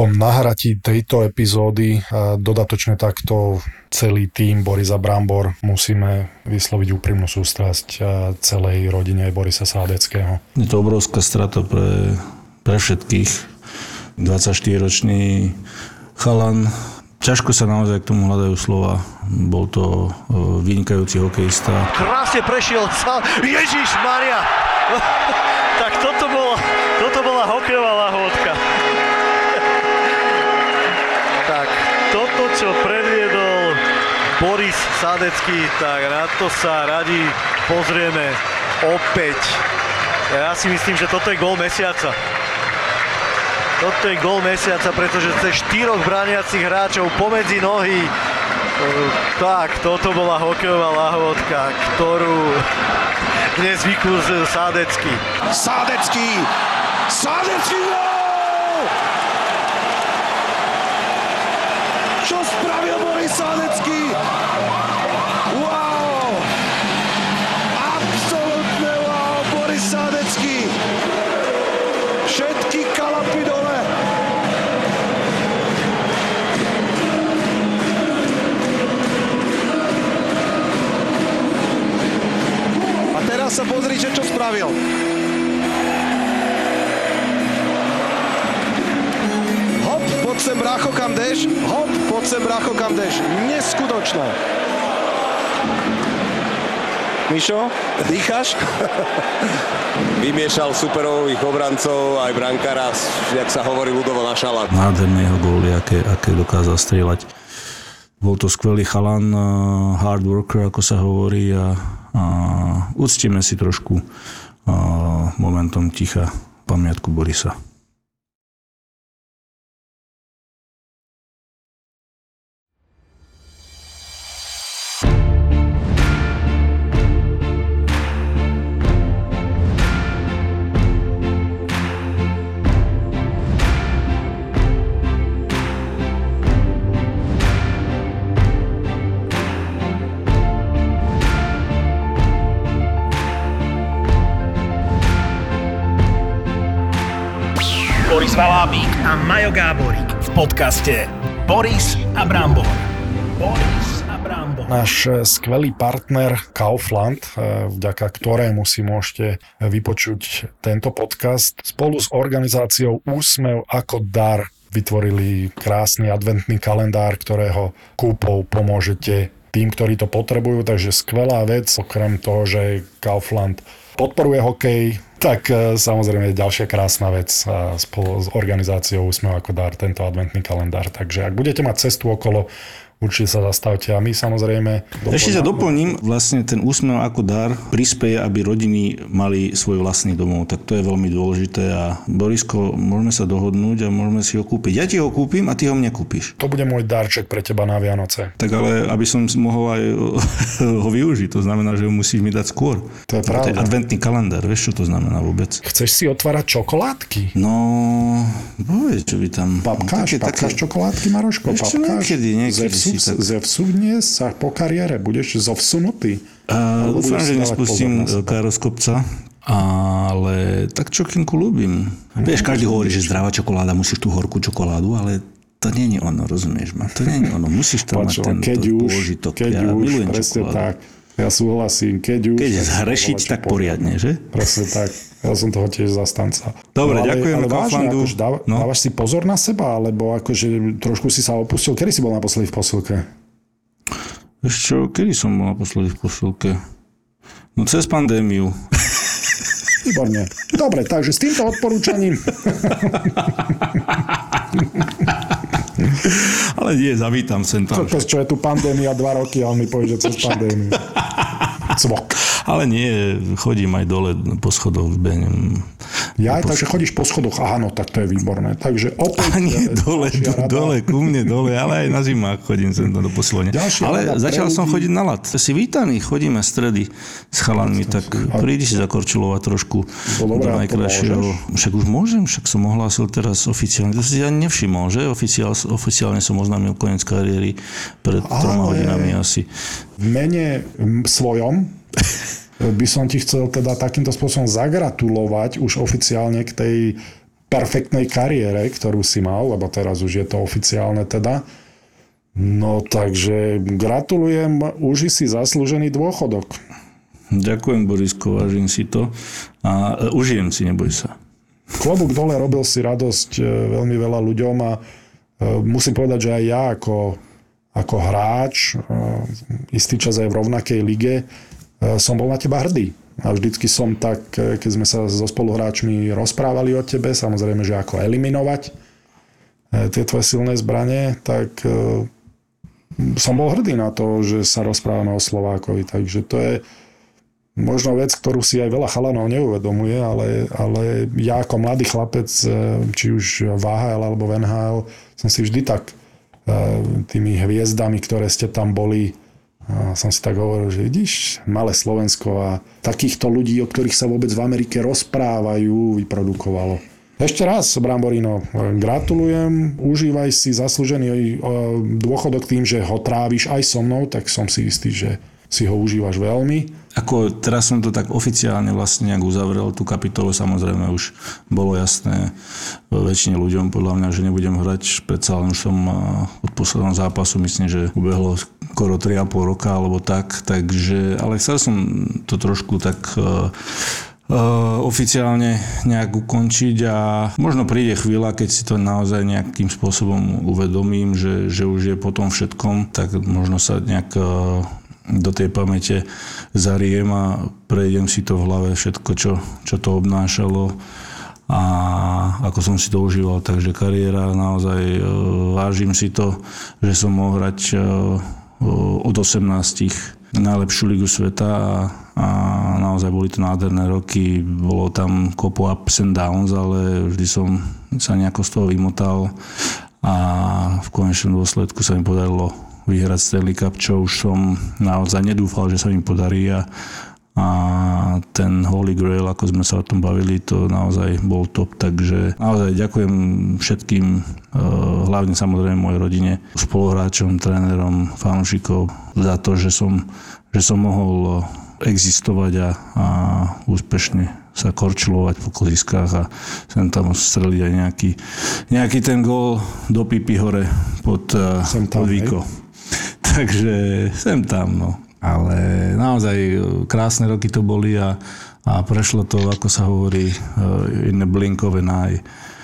Po nahratí tejto epizódy dodatočne takto celý tím Borisa Brambor musíme vysloviť úprimnú sústrasť celej rodine Borisa Sádeckého. Je to obrovská strata pre všetkých. 24-ročný chalan. Ťažko sa naozaj k tomu hľadajú slova. Bol to vynikajúci hokejista. Krásne prešiel Ježiš Maria! Tak toto bola hokejová lahôdka. Tak toto, čo predviedol Boris Sádecký, tak na to sa radi pozrieme opäť. Ja si myslím, že toto je gól mesiaca. Toto je gól mesiaca, pretože cez 4 brániacich hráčov pomedzi nohy. Tak, toto bola hokejová lahôdka, ktorú dnes vykus Sádecký. Sádecký gól! Čo spravil Boris Sádecký? Wow! Absolutne wow! Boris Sádecký! Všetky kalapy dole! A teraz sa pozrite, čo spravil. Hop, poď sem brácho, kam jdeš? Hop, poď sem brácho, kam jdeš? Neskutočné. Mišo, dýcháš? Vymiešal superových obrancov, aj brankára, jak sa hovorí ľudovo, na šalát. Nádherné jeho góly, aké dokázal strieľať. Bol to skvelý chalan, hard worker, ako sa hovorí, a uctíme si trošku momentom ticha pamiatku Borisa. Boris Valábík a Majo Gáborík v podcaste Boris a Brambor. Náš skvelý partner Kaufland, vďaka ktorému si môžete vypočuť tento podcast, spolu s organizáciou Úsmev ako dar vytvorili krásny adventný kalendár, ktorého kúpou pomôžete tým, ktorí to potrebujú. Takže skvelá vec, okrem toho, že Kaufland podporuje hokej, tak samozrejme ďalšia krásna vec spolu s organizáciou Úsmev ako dar, tento adventný kalendár. Takže ak budete mať cestu okolo, určite sa zastavte a my samozrejme... Ešte sa doplním, vlastne ten Úsmev ako dar prispeje, aby rodiny mali svoj vlastný domov, tak to je veľmi dôležité a Borisko, môžeme sa dohodnúť a môžeme si ho kúpiť. Ja ti ho kúpim a ty ho mne kúpiš. To bude môj darček pre teba na Vianoce. Tak ale, aby som mohol aj ho využiť, to znamená, že ho musíš mi dať skôr. To je pravda. To je adventný kalendár, vieš, čo to znamená vôbec? Chceš si otvárať čokoládky? No, povedz, čo by tam... Papkáš čokoládky, Maroško? Papkáš? Niekedy. Zevsuvne sa po kariére, budeš zovsunutý. Dúfam, že nespustím Káro z kopca, ale tak čokinku ľúbim. Vieš, každý hovorí, že zdravá čokoláda, musíš tú horkú čokoládu, ale to nie je ono, rozumieš ma? To nie je ono, musíš tam mať ten pôžitok. Ja milujem čokoládu. Tak, ja súhlasím, keď zhrešiť, tak poriadne, že? Presne tak. Ja som toho tiež zastanca. Dobre, ďakujem Kauflandu. Dávaš si pozor na seba, alebo akože trošku si sa opustil? Kedy si bol naposledy v posilke? Ešte, kedy som bol naposledy v posilke? No cez pandémiu. Výborne. Dobre, takže s týmto odporúčaním... Ale nie, zavítam sem tam. Čo je tu pandémia 2 roky a on mi povie, že cez pandémiu. Cvok. Ale nie, chodím aj dole po schodoch, behnem. Takže chodíš po schodoch, áno, tak to je výborné. Takže opäť... Nie, dole, ku mne dole, ale aj na zimách chodím sem do posilovne. Ale začal som chodiť na lat. Si vítaný, chodíme stredy s chalanmi, tak prídi si zakorčulovať trošku do najkrajšieho. Však už môžem, však som ohlásil teraz oficiálne. To si ani nevšimol, že? Oficiálne som oznámil koniec kariéry pred 3 hodinami asi. V mene svojom by som ti chcel teda takýmto spôsobom zagratulovať už oficiálne k tej perfektnej kariére, ktorú si mal, lebo teraz už je to oficiálne teda. No takže gratulujem, uži si zaslúžený dôchodok. Ďakujem, Borisko, vážim si to a užijem si, neboj sa. Klobúk dole, robil si radosť veľmi veľa ľuďom a musím povedať, že aj ja ako hráč, istý čas aj v rovnakej lige, som bol na teba hrdý. A vždycky som tak, keď sme sa so spoluhráčmi rozprávali o tebe, samozrejme, že ako eliminovať tie tvoje silné zbranie, tak som bol hrdý na to, že sa rozprávame o Slovákovi. Takže to je možno vec, ktorú si aj veľa chalanov neuvedomuje, ale ja ako mladý chlapec, či už v AHL alebo v NHL, som si vždy tak tými hviezdami, ktoré ste tam boli, som si tak hovoril, že vidíš, malé Slovensko a takýchto ľudí, o ktorých sa vôbec v Amerike rozprávajú, vyprodukovalo. Ešte raz, Bramborino, gratulujem, užívaj si zaslúžený dôchodok tým, že ho tráviš aj so mnou, tak som si istý, že si ho užívaš veľmi. Ako teraz som to tak oficiálne vlastne nejak uzavrel, tú kapitolu, samozrejme už bolo jasné väčšine ľuďom podľa mňa, že nebudem hrať, predsa len už som od posledného zápasu, myslím, že ubehlo skoro 3,5 roka alebo tak, takže, ale chcel som to trošku tak oficiálne nejak ukončiť a možno príde chvíľa, keď si to naozaj nejakým spôsobom uvedomím, že už je po tom všetkom, tak možno sa nejak do tej pamäte zariem a prejdem si to v hlave všetko, čo to obnášalo a ako som si to užíval. Takže kariéra, naozaj vážim si to, že som mohol hrať od 18 najlepšiu ligu sveta a naozaj boli to nádherné roky. Bolo tam kopu ups and downs, ale vždy som sa nejako z toho vymotal a v konečnom dôsledku sa mi podarilo vyhrať Stanley Cup, čo už som naozaj nedúfal, že sa mi podarí a ten Holy Grail, ako sme sa o tom bavili, to naozaj bol top, takže naozaj ďakujem všetkým, hlavne samozrejme mojej rodine, spoluhráčom, trénerom, fanúšikov za to, že som mohol existovať a úspešne sa korčulovať po klziskách a sem tam streliť aj nejaký ten gól do Pipi hore pod Víko. Takže sem tam, no. Ale naozaj krásne roky to boli a prešlo to, ako sa hovorí, in a blink of an eye.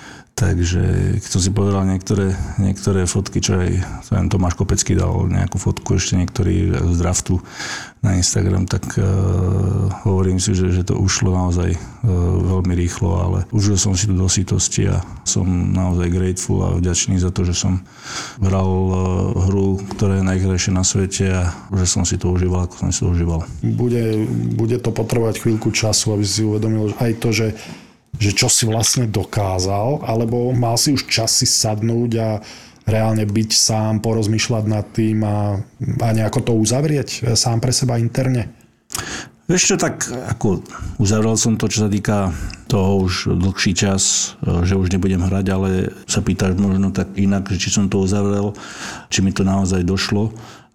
Takže keď som si pozeral niektoré fotky, čo aj Tomáš Kopecký dal nejakú fotku, ešte niektorý z draftu na Instagram, tak hovorím si, že to ušlo naozaj veľmi rýchlo, ale užil som si to do sytosti a som naozaj grateful a vďačný za to, že som hral hru, ktorá je najkrajšia na svete a že som si to užíval, ako som si to užíval. Bude to potrebovať chvíľku času, aby si uvedomil aj to, že čo si vlastne dokázal, alebo mal si už čas si sadnúť a reálne byť sám, porozmýšľať nad tým a nejako to uzavrieť sám pre seba interne? Vieš čo, tak ako uzavrel som to, čo sa týka toho už dlhší čas, že už nebudem hrať, ale sa pýtaš možno tak inak, že či som to uzavrel, či mi to naozaj došlo.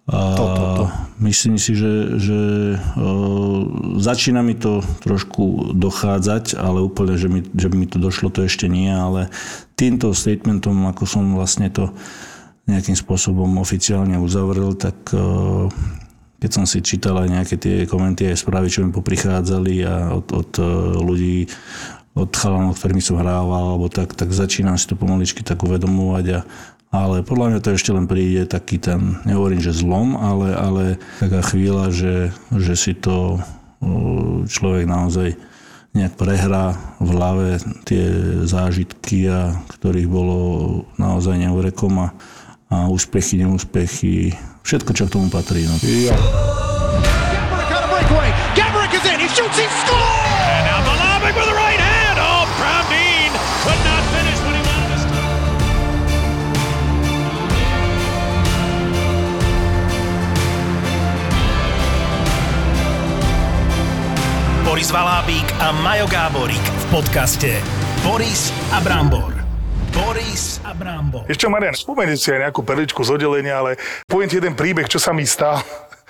Myslím si, že začína mi to trošku dochádzať, ale úplne, že by mi to došlo, to ešte nie, ale týmto statementom, ako som vlastne to nejakým spôsobom oficiálne uzavrel, tak keď som si čítal aj nejaké tie komenty aj správy, čo mi poprichádzali a od ľudí, od chalanov, ktorými som hrával, alebo tak začínam si to pomaličky tak uvedomovať ale podľa mňa to ešte len príde taký ten, nehovorím, že zlom, ale taká chvíľa, že si to človek naozaj nejak prehrá v hlave tie zážitky, ktorých bolo naozaj neurekom a úspechy, neúspechy, všetko, čo k tomu patrí. No. Ja. Gaborik is in, he shoots, he scores! And now Malavik with the right hand. Oh, Brandin could not finish what he wanted to start. Boris Valábík a Majo Gáborík v podcaste Boris a Brambor. Boris a Brambor. Ešte, Marian, spomeniem si aj nejakú perličku z oddelenia, ale poviem ti jeden príbeh, čo sa mi stal.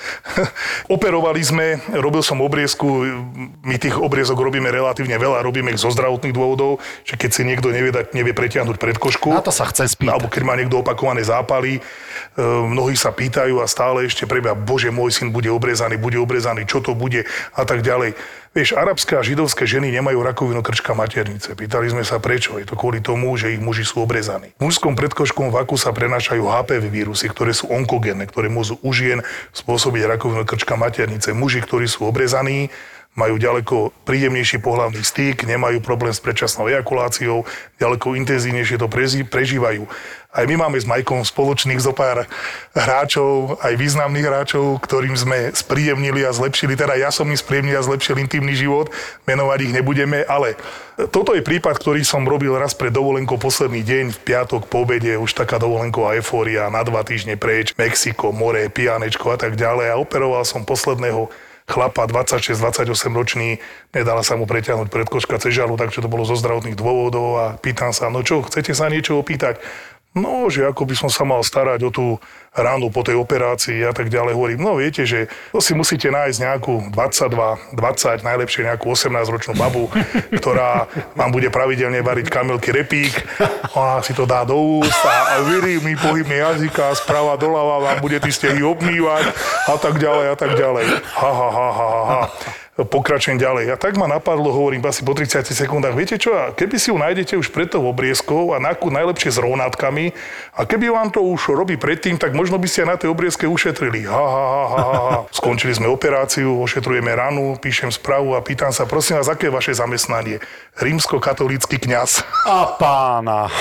Operovali sme, robil som obriezku, my tých obriezok robíme relatívne veľa, robíme ich zo zdravotných dôvodov, že keď si niekto nevie pretiahnuť predkošku. Na to sa chcem spýtať. Alebo keď má niekto opakované zápaly, mnohí sa pýtajú a stále ešte prebieha, bože, môj syn bude obrezaný, čo to bude a tak ďalej. Vieš, arabské a židovské ženy nemajú rakovinu krčka maternice. Pýtali sme sa prečo. Je to kvôli tomu, že ich muži sú obrezaní. V mužskom predkoškom vaku sa prenášajú HPV vírusy, ktoré sú onkogénne, ktoré môžu u žien spôsobiť rakovinu krčka maternice. Muži, ktorí sú obrezaní, majú ďaleko príjemnejší pohlavný styk, nemajú problém s predčasnou ejakuláciou, ďaleko intenzívnejšie to prežívajú. Aj my máme s Majkom spoločných zopár hráčov, aj významných hráčov, ktorým sme spríjemnili a zlepšili, teda ja som im spríjemnil a zlepšil intimný život, menovať ich nebudeme, ale toto je prípad, ktorý som robil raz pred dovolenkou posledný deň, v piatok po obede, už taká dovolenková eufória, na 2 týždne preč, Mexiko, more, pianečko a tak ďalej a operoval som posledného chlapa, 26-28 ročný, nedala sa mu preťahnuť predkoška cez žalu, takže to bolo zo zdravotných dôvodov a pýtam sa, no čo, chcete sa niečo opýtať? No, že ako by som sa mal starať o tú ránu po tej operácii a tak ďalej. Hovorím, no viete, že to si musíte nájsť nejakú 22, 20, najlepšie nejakú 18-ročnú babu, ktorá vám bude pravidelne variť kamelky repík, ona si to dá do úst a vyrými pohybmi jazyka, sprava doľava vám bude tí stehy obmývať a tak ďalej a tak ďalej. Ha. Pokračujem ďalej. A tak ma napadlo, hovorím asi po 30 sekundách, viete čo, keby si ju nájdete už pred tou obriezkou a najlepšie s rovnátkami a keby vám to už robí predtým, tak možno by ste aj na tej obriezke ušetrili. Ha. Skončili sme operáciu, ošetrujeme ranu, píšem správu a pýtam sa, prosím vás, aké je vaše zamestnanie? Rímsko-katolícky kňaz. A pána.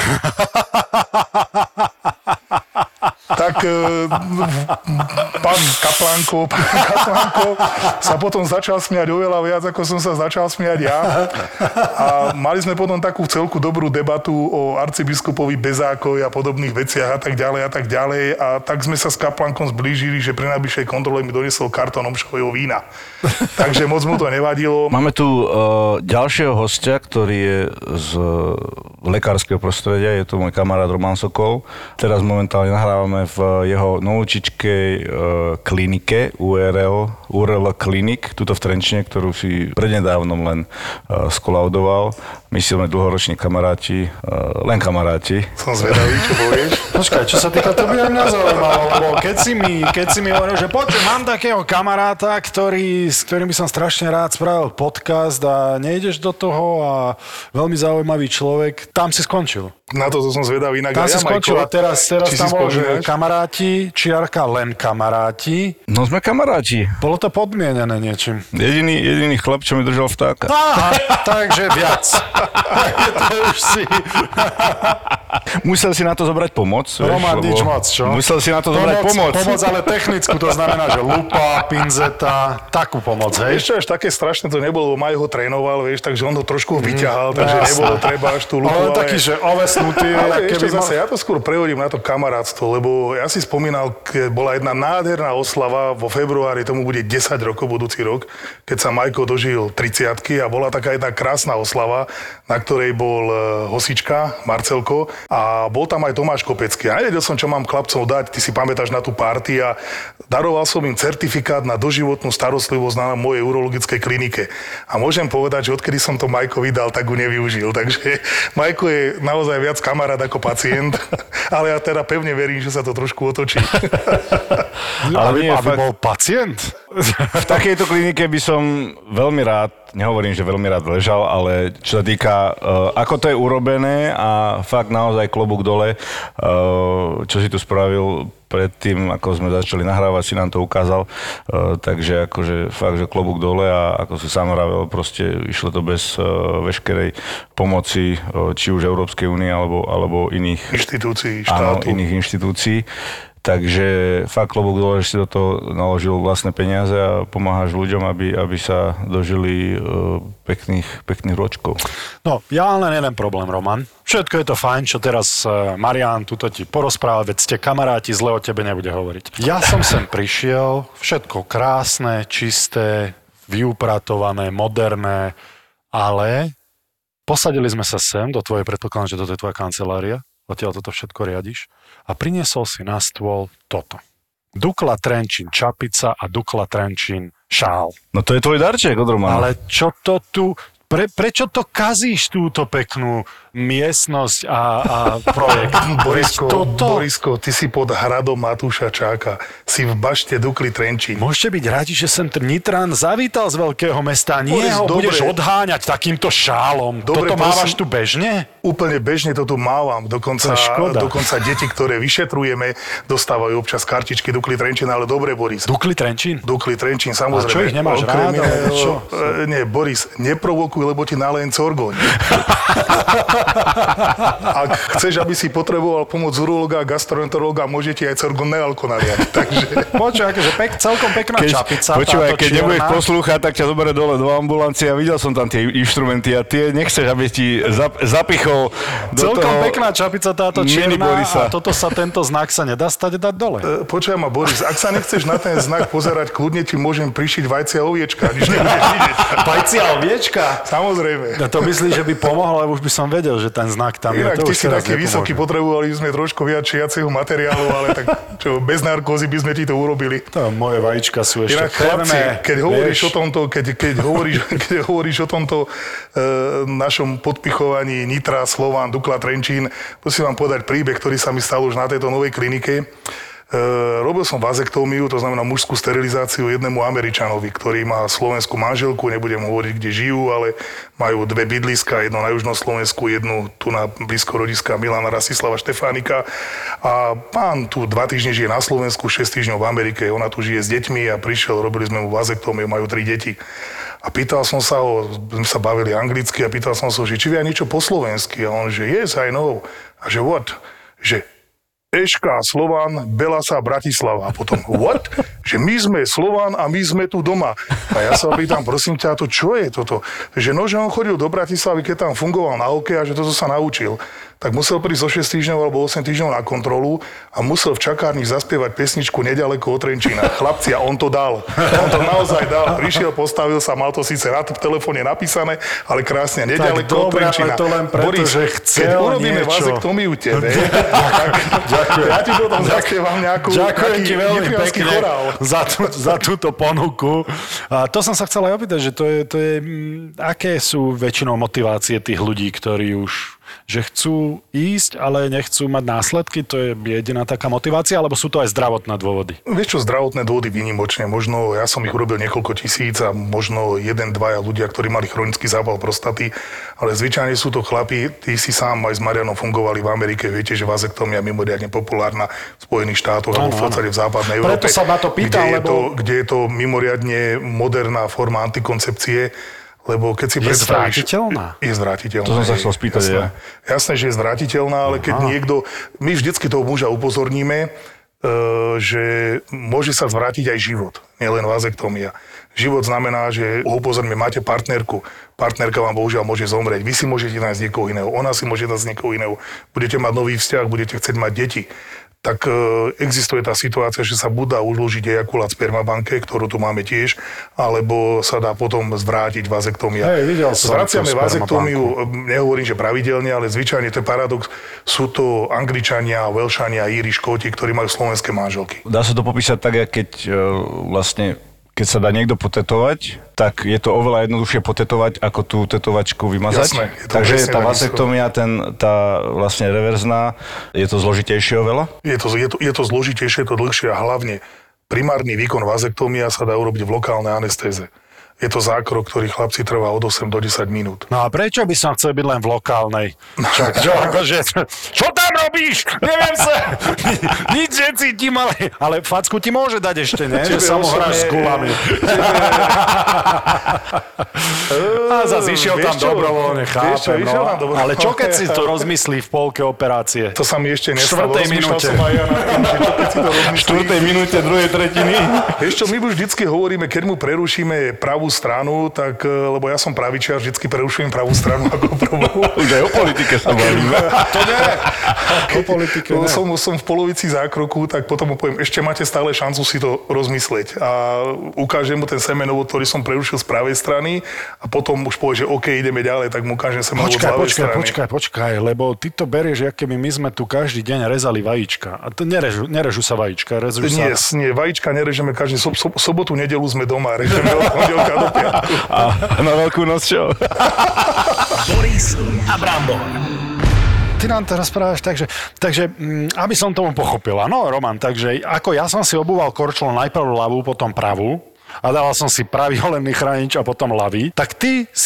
Tak pán Kaplánko sa potom začal smiať oveľa viac, ako som sa začal smiať ja. A mali sme potom takú celku dobrú debatu o arcibiskupovi Bezákovi a podobných veciach a tak ďalej. A tak sme sa s Kaplánkom zblížili, že pri najbližšej kontrole mi doniesol kartón omšového vína. Takže moc mu to nevadilo. Máme tu ďalšieho hostia, ktorý je z lekárskeho prostredia. Je to môj kamarát Roman Sokol. Teraz momentálne nahrávame v jeho novúčičkej klinike URL Klinik, tuto v Trenčine, ktorú si prednedávnom len skolaudoval. My sme dlhoroční kamaráti, len kamaráti. Som zvedavý, čo povieš. Počkaj, čo sa týka, to by mňa zaujímalo, lebo keď si mi hovoril, že počuj, mám takého kamaráta, s ktorým by som strašne rád spravil podcast a nejdeš do toho a veľmi zaujímavý človek, tam si skončil. Na to som zvedavý. Tam si skončil a teraz tam bolo, že kamaráti, čiarka len kamaráti. No sme kamaráti. Bolo to podmienené niečím. Jediný chlap, čo mi držal vtáka. Takže viac. To už si... Musel si na to zobrať pomoc. Roman, nič moc, čo? Musel si na to zobrať pomoc. Pomoc, ale technickú, to znamená, že lupa, pinzeta, takú pomoc, hej? Ešte až také strašné to nebolo, Maj ho trénoval, vieš, takže on ho trošku vyťahal, takže nebolo treba až tú lupu. Ale taký, že ovesnutý. Ale ešte zase, ja to skôr prehodím na to kamarátstvo, lebo ja si spomínal, keď bola jedna nádherná oslava, vo februári tomu bude 10 rokov, budúci rok, keď sa Majko dožil 30-ky a bola taká jedna krásna oslava, na ktorej bol hosička, Marcelko, a bol tam aj Tomáš Kopecký. Ja nevedel som, čo mám chlapcom dať, ty si pamätáš na tú party a daroval som im certifikát na doživotnú starostlivosť na mojej urologickej klinike. A môžem povedať, že odkedy som to Majkovi dal, tak ho nevyužil. Takže Majko je naozaj viac kamarát ako pacient, ale ja teda pevne verím, že sa to trošku otočí. Ale aby bol pacient? V takejto klinike by som veľmi rád, nehovorím, že veľmi rád ležal, ale čo sa týka, ako to je urobené a fakt naozaj klobúk dole, čo si tu spravil predtým, ako sme začali nahrávať, si nám to ukázal, takže akože fakt, že klobúk dole a ako si sám hovoril, proste išlo to bez veškerej pomoci, či už Európskej únie alebo iných inštitúcií, štátu. Áno, iných inštitúcií. Takže fakt klobúk dole, že si do toho naložil vlastné peniaze a pomáhaš ľuďom, aby sa dožili pekných ročkov. No, ja len jeden problém, Roman. Všetko je to fajn, čo teraz Marián tuto ti porozpráva, veď ste kamaráti, zle o tebe nebude hovoriť. Ja som sem prišiel, všetko krásne, čisté, vyupratované, moderné, ale posadili sme sa sem do tvojej, predpokladám, že toto je tvoja kancelária, odtiaľ toto všetko riadiš a priniesol si na stôl toto. Dukla Trenčín čapica a Dukla Trenčín šál. No to je tvoj darček od Romana. Ale čo to tu... Prečo to kazíš túto peknú miestnosť a projekt? Borisko, ty si pod hradom Matúša Čáka. Si v bašte Dukly Trenčín. Môžete byť radi, že sem Nitran zavítal z veľkého mesta. Nie ho budeš odháňať takýmto šálom. Toto mávaš tu bežne? Úplne bežne to tu mávam. Dokonca deti, ktoré vyšetrujeme, dostávajú občas kartičky Dukly Trenčín, ale dobre, Boris. Dukly Trenčín? Dukly Trenčín, samozrejme. A čo ich nemáš rád? Nie, Boris, neprovokuj, lebo ti nalejem corgoň. Ak chceš, aby si potreboval pomoc urológa a gastroenterológa, môže ti aj corgoň nealko naliať. Takže... Počuj, akože celkom pekná čapica. Počúvaj, keď nebudeš poslúchať, tak ťa zoberie dole do ambulancie a videl som tam tie inštrumenty a tie nechceš, aby ti zapichol do celkom toho... pekná čapica táto čierna a tento znak sa nedá stať dať dole. Počuj ma, Boris, ak sa nechceš na ten znak pozerať, kľudne ti môžem prišiť vajcia oviečka, nič nebudeš vidieť. Vajcia oviečka? Samozrejme. No to myslíš, že by pomohlo, lebo už by som vedel, že ten znak tam inak, je. To ty si taký vysoký, potrebovali sme trošku viac šiacieho materiálu, ale tak čo, bez narkózy by sme ti to urobili. To moje vajíčka sú ešte chlapci, keď hovoríš o tomto našom podpichovaní Nitra, Slován, Dukla, Trenčín, musím vám povedať príbeh, ktorý sa mi stal už na tejto novej klinike. Robil som vazektómiu, to znamená mužskú sterilizáciu jednému Američanovi, ktorý má slovenskú manželku, nebudem hovoriť, kde žijú, ale majú dve bydliska, jedno na južnom Slovensku, jednu tu na blízko rodiska Milana Rastislava Štefánika. A pán tu 2 týždne žije na Slovensku, 6 týždňov v Amerike, ona tu žije s deťmi a prišiel, robili sme mu vazektómiu, majú 3 deti. A pýtal som sa ho, sme sa bavili anglicky a pýtal som sa ho, že či vie niečo po slovensky. A on, že yes, I know. A že what? Že Eška, Slován, Belasa, Bratislava. A potom, what? Že my sme Slován a my sme tu doma. A ja sa pýtam, prosím ťa, to čo je toto? Že no, že on chodil do Bratislavy, keď tam fungoval na hokej a že toto sa naučil. Tak musel prísť o 6 týždňov alebo 8 týždňov na kontrolu a musel v čakárni zaspievať pesničku Nedaleko od Trenčína. Chlapci, a on to dal. On to naozaj dal. Prišiel, postavil sa, mal to síce v telefóne napísané, ale krásne, Nedaleko od Trenčína. To len preto, Boris, že chcel keď urobíme vazektómiu tebe, ďakujem. Ja ti potom zaspievam nejaký nitriansky chorál. Za túto ponuku. A to som sa chcel aj opýtať, že to je aké sú väčšinou motivácie tých ľudí, ktorí už že chcú ísť, ale nechcú mať následky, to je jediná taká motivácia, alebo sú to aj zdravotné dôvody? Vieš čo, zdravotné dôvody výnimočne. Možno, ja som ich urobil niekoľko tisíc a možno 1-2 ľudia, ktorí mali chronický zápal prostaty, ale zvyčajne sú to chlapi, ty si sám aj s Marianom fungovali v Amerike, viete, že vazektómia je mimoriadne populárna v Spojených štátoch alebo v podstate v západnej Európe. Preto sa ma to pýtal, kde je to mimoriadne moderná forma antikoncepcie. Lebo keď si predstavíš... Zvratiteľná? Je zvratiteľná. To som sa chcel spýtať. Jasné, že je zvratiteľná, ale keď niekto... My vždycky toho muža upozorníme, že môže sa zvrátiť aj život, nielen vazektómia. Život znamená, že ho upozoríme, máte partnerku. Partnerka vám bohužiaľ môže zomrieť. Vy si môžete nájsť niekoho iného. Ona si môže nájsť niekoho iného. Budete mať nový vzťah, budete chcieť mať deti. Tak existuje tá situácia, že sa buď dá uložiť ejakulát v spermabanke, ktorú tu máme tiež, alebo sa dá potom zvrátiť vazektómia. Zvraciame vazektómiu, nehovorím, že pravidelne, ale zvyčajne to je paradox. Sú to Angličania, Welšania, Íri, Škóti, ktorí majú slovenské manželky. Dá sa to popísať tak, keď keď sa dá niekto potetovať, tak je to oveľa jednoduchšie potetovať, ako tú tetovačku vymazať. Jasné, takže tá vazektómia, tá vlastne reverzná, je to zložitejšie oveľa? Je to zložitejšie, je to dlhšie a hlavne primárny výkon vazektómia sa dá urobiť v lokálnej anestéze. Je to zákrok, ktorý chlapci trvá od 8 do 10 minút. No a prečo by som chcel byť len v lokálnej? Čo tam robíš? Neviem sa. Nič necítim, ale facku ti môže dať ešte, ne? Že sa mu hráš s kulami. A zase išiel tam dobrovoľne, chápem. Ale čo keď si to rozmyslí v polke operácie? To sa mi ešte nestalo. V 4. minúte. V 4. minúte 2. tretiny. Ešte my už vždycky hovoríme, keď mu prerušíme pravú stranu, tak, lebo ja som pravičiar, vždycky prerušujem pravú stranu ako prvú. Už aj o politike sa bavíme. To nie. O politike nie. Som v polovici zákroku, tak potom mu poviem, ešte máte stále šancu si to rozmysleť. A ukážem mu ten semenovod, ktorý som prerušil z pravej strany a potom už povie, že OK, ideme ďalej, tak mu ukážem semenovod z ľavej strany. Počkaj, lebo ty to berieš, aké my sme tu každý deň rezali vajíčka. A to nerežú sa vajíčka, režú sa... Nie, vajíčka nerežeme každý. Sobotu, nedeľu sme doma, režeme od pondelka do piatku. A na Veľkú noc čo? Boris a Brambor. Ty nám to rozprávaš takže aby som tomu pochopil. No, Roman, takže ako ja som si obúval korčulu najprv ľavú, potom pravú a dával som si pravý holený chránič a potom ľavý, tak ty si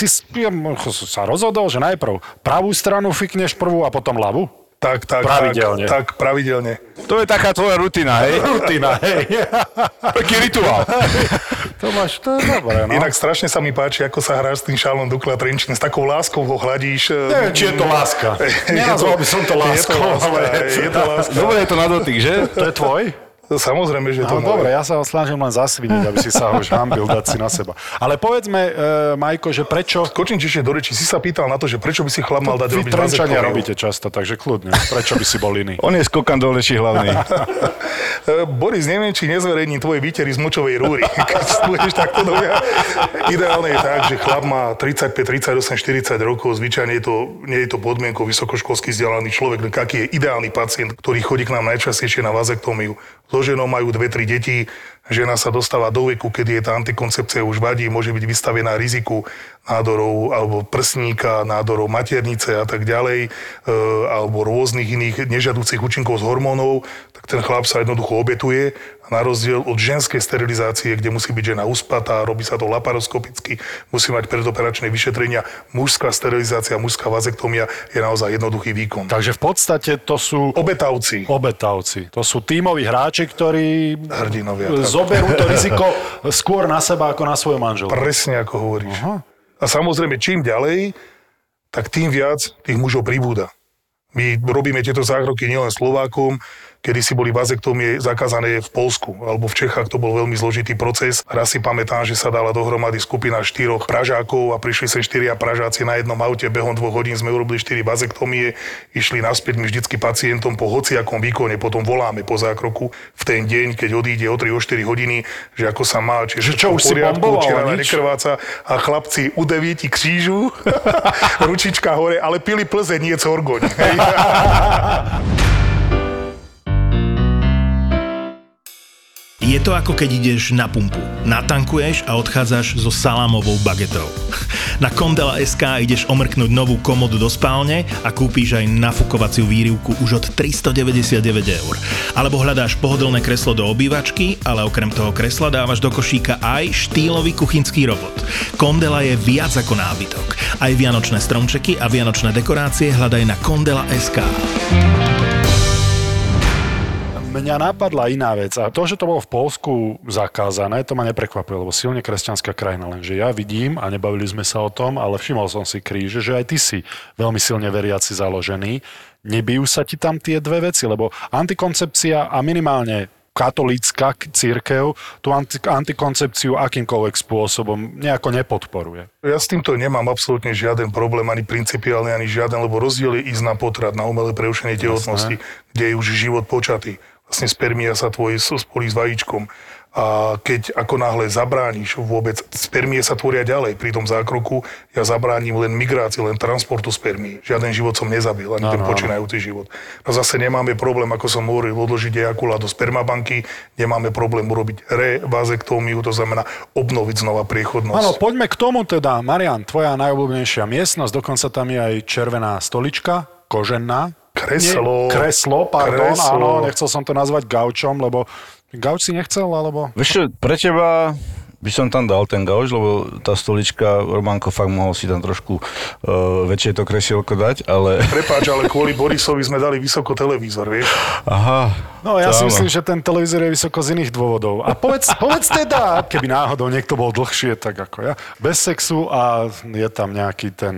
sa rozhodol, že najprv pravú stranu fikneš prvú a potom ľavú? Tak, pravidelne. To je taká tvoja rutina, hej? Rutina, hej. Taký rituál. To je dobré, no. Inak strašne sa mi páči, ako sa hráš s tým Charlesom Dukla Trenčín. S takou láskou ho hladíš. Neviem, či je to láska. Nenazval by som to láskou, ale... Je to láska. Dobre, je to na dotyk, že? To je tvoj? Samozrejme, že to dobre, ja sa ho snažím len zasviniť, aby si sa už hambil dať si na seba. Ale povedzme, Majko, že prečo... Skočím ešte do reči. Si sa pýtal na to, že prečo by si chlap mal dať robiť vazektómiu. Vy Trenčania robíte často, takže kľudne. Prečo by si bol iný? On je skokan dolejší hlavný. Boris, neviem, či nezverejním tvoje výtery z močovej rúry. Keď budeš takto dovia. Ideálne je tak, že chlap má 35, 38, 40 rokov. Zvyčajne nie je to podmienkou vysokoškolský vzdelaný človek, len aký je ideálny pacient, ktorý chodí k nám najčastejšie na vazektómiu. So ženou majú 2-3 deti, žena sa dostáva do veku, kedy je tá antikoncepcia už vadí, môže byť vystavená riziku nádorov alebo prsníka, nádorov maternice a tak ďalej, alebo rôznych iných nežiaducich účinkov z hormónov, tak ten chlap sa jednoducho obetuje a na rozdiel od ženskej sterilizácie, kde musí byť žena uspatá, robí sa to laparoskopicky, musí mať predoperačné vyšetrenia, mužská sterilizácia, mužská vazektómia je naozaj jednoduchý výkon. Takže v podstate to sú... Obetavci. To sú tímoví hráči, ktorí hrdinovia, zoberú to riziko skôr na seba ako na svoju manželku. Presne ako hovoríš. Aha. A samozrejme, čím ďalej, tak tým viac tých mužov pribúda. My robíme tieto zákroky nielen Slovákom, kedy si boli vazektómie zakázané v Poľsku alebo v Čechách, to bol veľmi zložitý proces. Raz si pamätám, že sa dala dohromady skupina 4 Pražákov a prišli sem 4 Pražáci na jednom aute, behom 2 hodín sme urobili 4 vazektómie, išli naspäť, my vždycky pacientom po hociakom výkone potom voláme po zákroku v ten deň, keď odíde o 3-4 hodiny, že ako sa má, či čo už si bomboval, či rana nekrváca a chlapci u 9 křížu, ručička hore, ale pili Plzeň, nie Corgoň. Je to ako keď ideš na pumpu. Natankuješ a odchádzaš so salámovou bagetou. Na Kondela.sk ideš omrknúť novú komodu do spálne a kúpíš aj nafukovaciu výrivku už od 399 €. Alebo hľadáš pohodlné kreslo do obývačky, ale okrem toho kresla dávaš do košíka aj štýlový kuchynský robot. Kondela je viac ako nábytok. Aj vianočné stromčeky a vianočné dekorácie hľadaj na Kondela.sk. Mňa napadla iná vec a to, že to bolo v Poľsku zakázané, to ma neprekvapilo, lebo silne kresťanská krajina, lenže ja vidím, a nebavili sme sa o tom, ale všimol som si, Kríže, že aj ty si veľmi silne veriaci založený. Nebijú sa ti tam tie dve veci, lebo antikoncepcia a minimálne katolícka cirkev tú antikoncepciu akýmkoľvek spôsobom nejako nepodporuje. Ja s týmto nemám absolútne žiaden problém, ani principiálny, ani žiaden, lebo rozdiel je ísť na potrat, na umelé prerušenie tehotnosti, kde je už život počatý. Vlastne spermia sa tvoje spolí s vajíčkom. A keď ako náhle zabrániš vôbec, spermie sa tvoria ďalej. Pri tom zákroku ja zabránim len migrácii, len transportu spermí. Žiaden život som nezabil, ani ten počínajúci život. No zase nemáme problém, ako som hovoril, odložiť ejakulát do spermabanky, nemáme problém urobiť revazektómiu, to znamená obnoviť znova priechodnosť. Áno, poďme k tomu teda. Marian, tvoja najobľúbenejšia miestnosť, dokonca tam je aj červená stolička, kožená. Kreslo, áno, nechcel som to nazvať gaučom, lebo gauč si nechcel, alebo... Vieš čo, pre teba by som tam dal ten gauč, lebo tá stolička, Románko, fakt mohol si tam trošku väčšie to kresielko dať, ale... Prepáč, ale kvôli Borisovi sme dali vysoko televízor, vieš? Aha. No ja si myslím, že ten televízor je vysoko z iných dôvodov. A povedz teda, keby náhodou niekto bol dlhšie, tak ako ja, bez sexu a je tam nejaký ten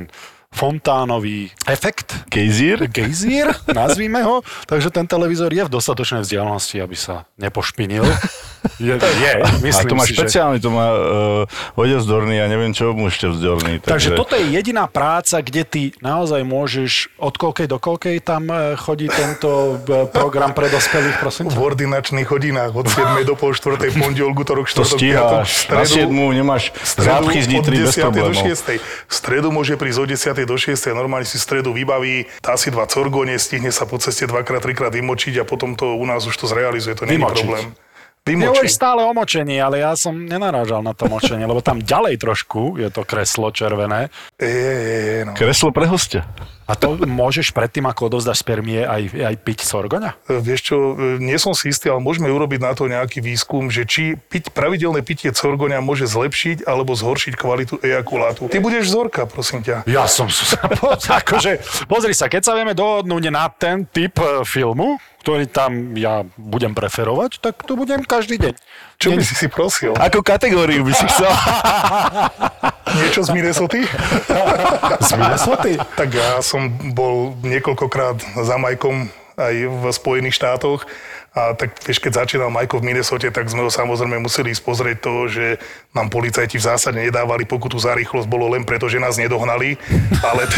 fontánový efekt. Gejzír, nazvíme ho. Takže ten televízor je v dostatočnej vzdialenosti, aby sa nepošpinil. Je, myslím a to má si, špeciálny, to má vodezdorný a neviem čo mu ešte vzdorný. Takže toto je jediná práca, kde ty naozaj môžeš od koľkej do koľkej tam chodí tento program pre dospelých, prosím? V ordinačných hodinách od 7 do pol 4, pondelok, útorok, to štvrtok, stíhaš, na 7 nemáš zápchy z Nitry bez problémov. V stredu môže prísť od 10 do 6, normálne si v stredu vybaví, dá si 2 corgone, stihne sa po ceste 2-3 krát vymočiť a potom to u nás už to zrealizuje, to nie je problém. Nehovoríš stále o močení, ale ja som nenarážal na to močenie, lebo tam ďalej trošku je to kreslo červené. No. Kreslo pre hostia. A to môžeš predtým, ako odovzdáš spermie, aj piť sorgoňa? Vieš čo, nie som si istý, ale môžeme urobiť na to nejaký výskum, že či pravidelné pitie sorgoňa môže zlepšiť alebo zhoršiť kvalitu ejakulátu. Ty budeš vzorka, prosím ťa. Ja som akože, pozri sa, keď sa vieme dohodnúť na ten typ filmu, ktorý tam ja budem preferovať, tak to budem každý deň. Čo by si prosil? Akú kategóriu by si chcel? Niečo z Minnesoty? Z Minnesoty? Tak ja som bol niekoľkokrát za Majkom aj v Spojených štátoch. A tak vieš, keď začínal Majko v Minnesote, tak sme ho samozrejme museli ísť pozrieť to, že nám policajti v zásade nedávali pokutu za rýchlosť, bolo len preto, že nás nedohnali. Ale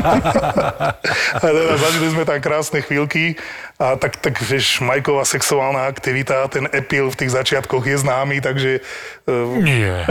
teda zažili sme tam krásne chvíľky. A tak vieš, Majková sexuálna aktivita, ten epil v tých začiatkoch je známy, takže... Nie.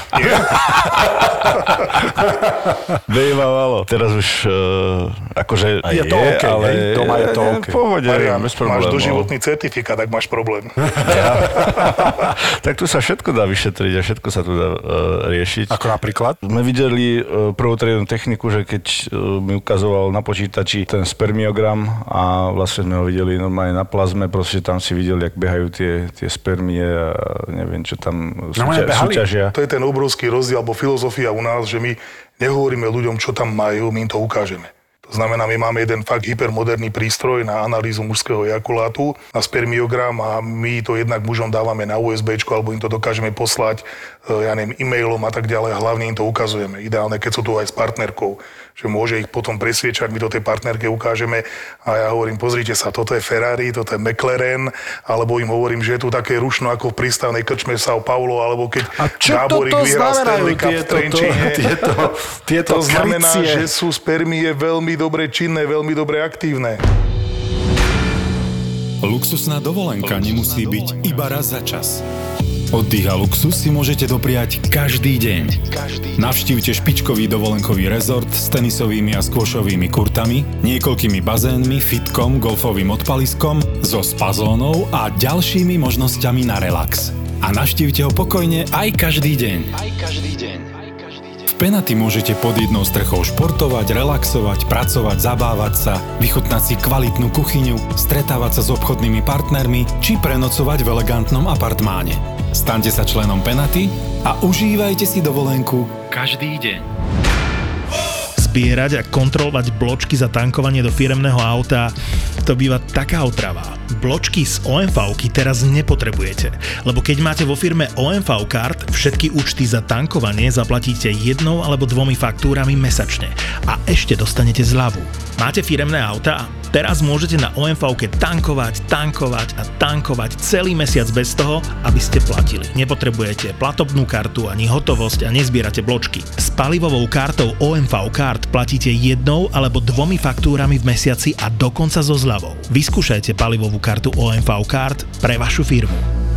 Bejvalo. Teraz už akože je to OK, ale doma je to OK. V pohode, Marian, bez problémov. máš doživotný certifikát, ak máš problém. Tak tu sa všetko dá vyšetriť a všetko sa tu dá riešiť. Ako napríklad? Sme videli prvotriednu techniku, že keď mi ukazoval na počítači ten spermiogram a vlastne sme ho videli normálne na plazme, proste tam si videli, jak behajú tie spermie a neviem, čo tam súťažia. To je ten obrovský rozdiel, alebo filozofia u nás, že my nehovoríme ľuďom, čo tam majú, my im to ukážeme. To znamená, my máme jeden fakt hypermoderný prístroj na analýzu mužského ejakulátu, na spermiogram a my to jednak mužom dávame na USBčku alebo im to dokážeme poslať, ja neviem, e-mailom a tak ďalej. Hlavne im to ukazujeme. Ideálne, keď sú tu aj s partnerkou, že môže ich potom presviečať, my to tej partnerke ukážeme a ja hovorím, pozrite sa, toto je Ferrari, toto je McLaren, alebo im hovorím, že je tu také rušno ako v prístavnej krčme v São Paulo, alebo keď Gáborík vyhral Stanley Cup v Trenčíne. To znamená, že sú spermie veľmi dobre činné, veľmi dobre aktívne. Luxusná dovolenka nemusí byť iba raz za čas. Oddych a luxus si môžete dopriať každý deň. Navštívte špičkový dovolenkový rezort s tenisovými a skvošovými kurtami, niekoľkými bazénmi, fitkom, golfovým odpaliskom, so spazónou a ďalšími možnosťami na relax. A navštívte ho pokojne aj každý deň. V Penaty môžete pod jednou strechou športovať, relaxovať, pracovať, zabávať sa, vychutnať si kvalitnú kuchyňu, stretávať sa s obchodnými partnermi či prenocovať v elegantnom apartmáne. Staňte sa členom Penaty a užívajte si dovolenku každý deň. Zbierať a kontrolovať bločky za tankovanie do firemného auta, to býva taká otrava. Bločky z OMV-ky teraz nepotrebujete, lebo keď máte vo firme OMV Card, všetky účty za tankovanie zaplatíte 1 alebo 2 faktúrami mesačne a ešte dostanete zľavu. Máte firemné auta? Teraz môžete na OMV-ke tankovať celý mesiac bez toho, aby ste platili. Nepotrebujete platobnú kartu ani hotovosť a nezbierate bločky. S palivovou kartou OMV Card platíte 1 alebo 2 faktúrami v mesiaci a dokonca so zľavou. Vyskúšajte palivovú kartu OMV Card pre vašu firmu.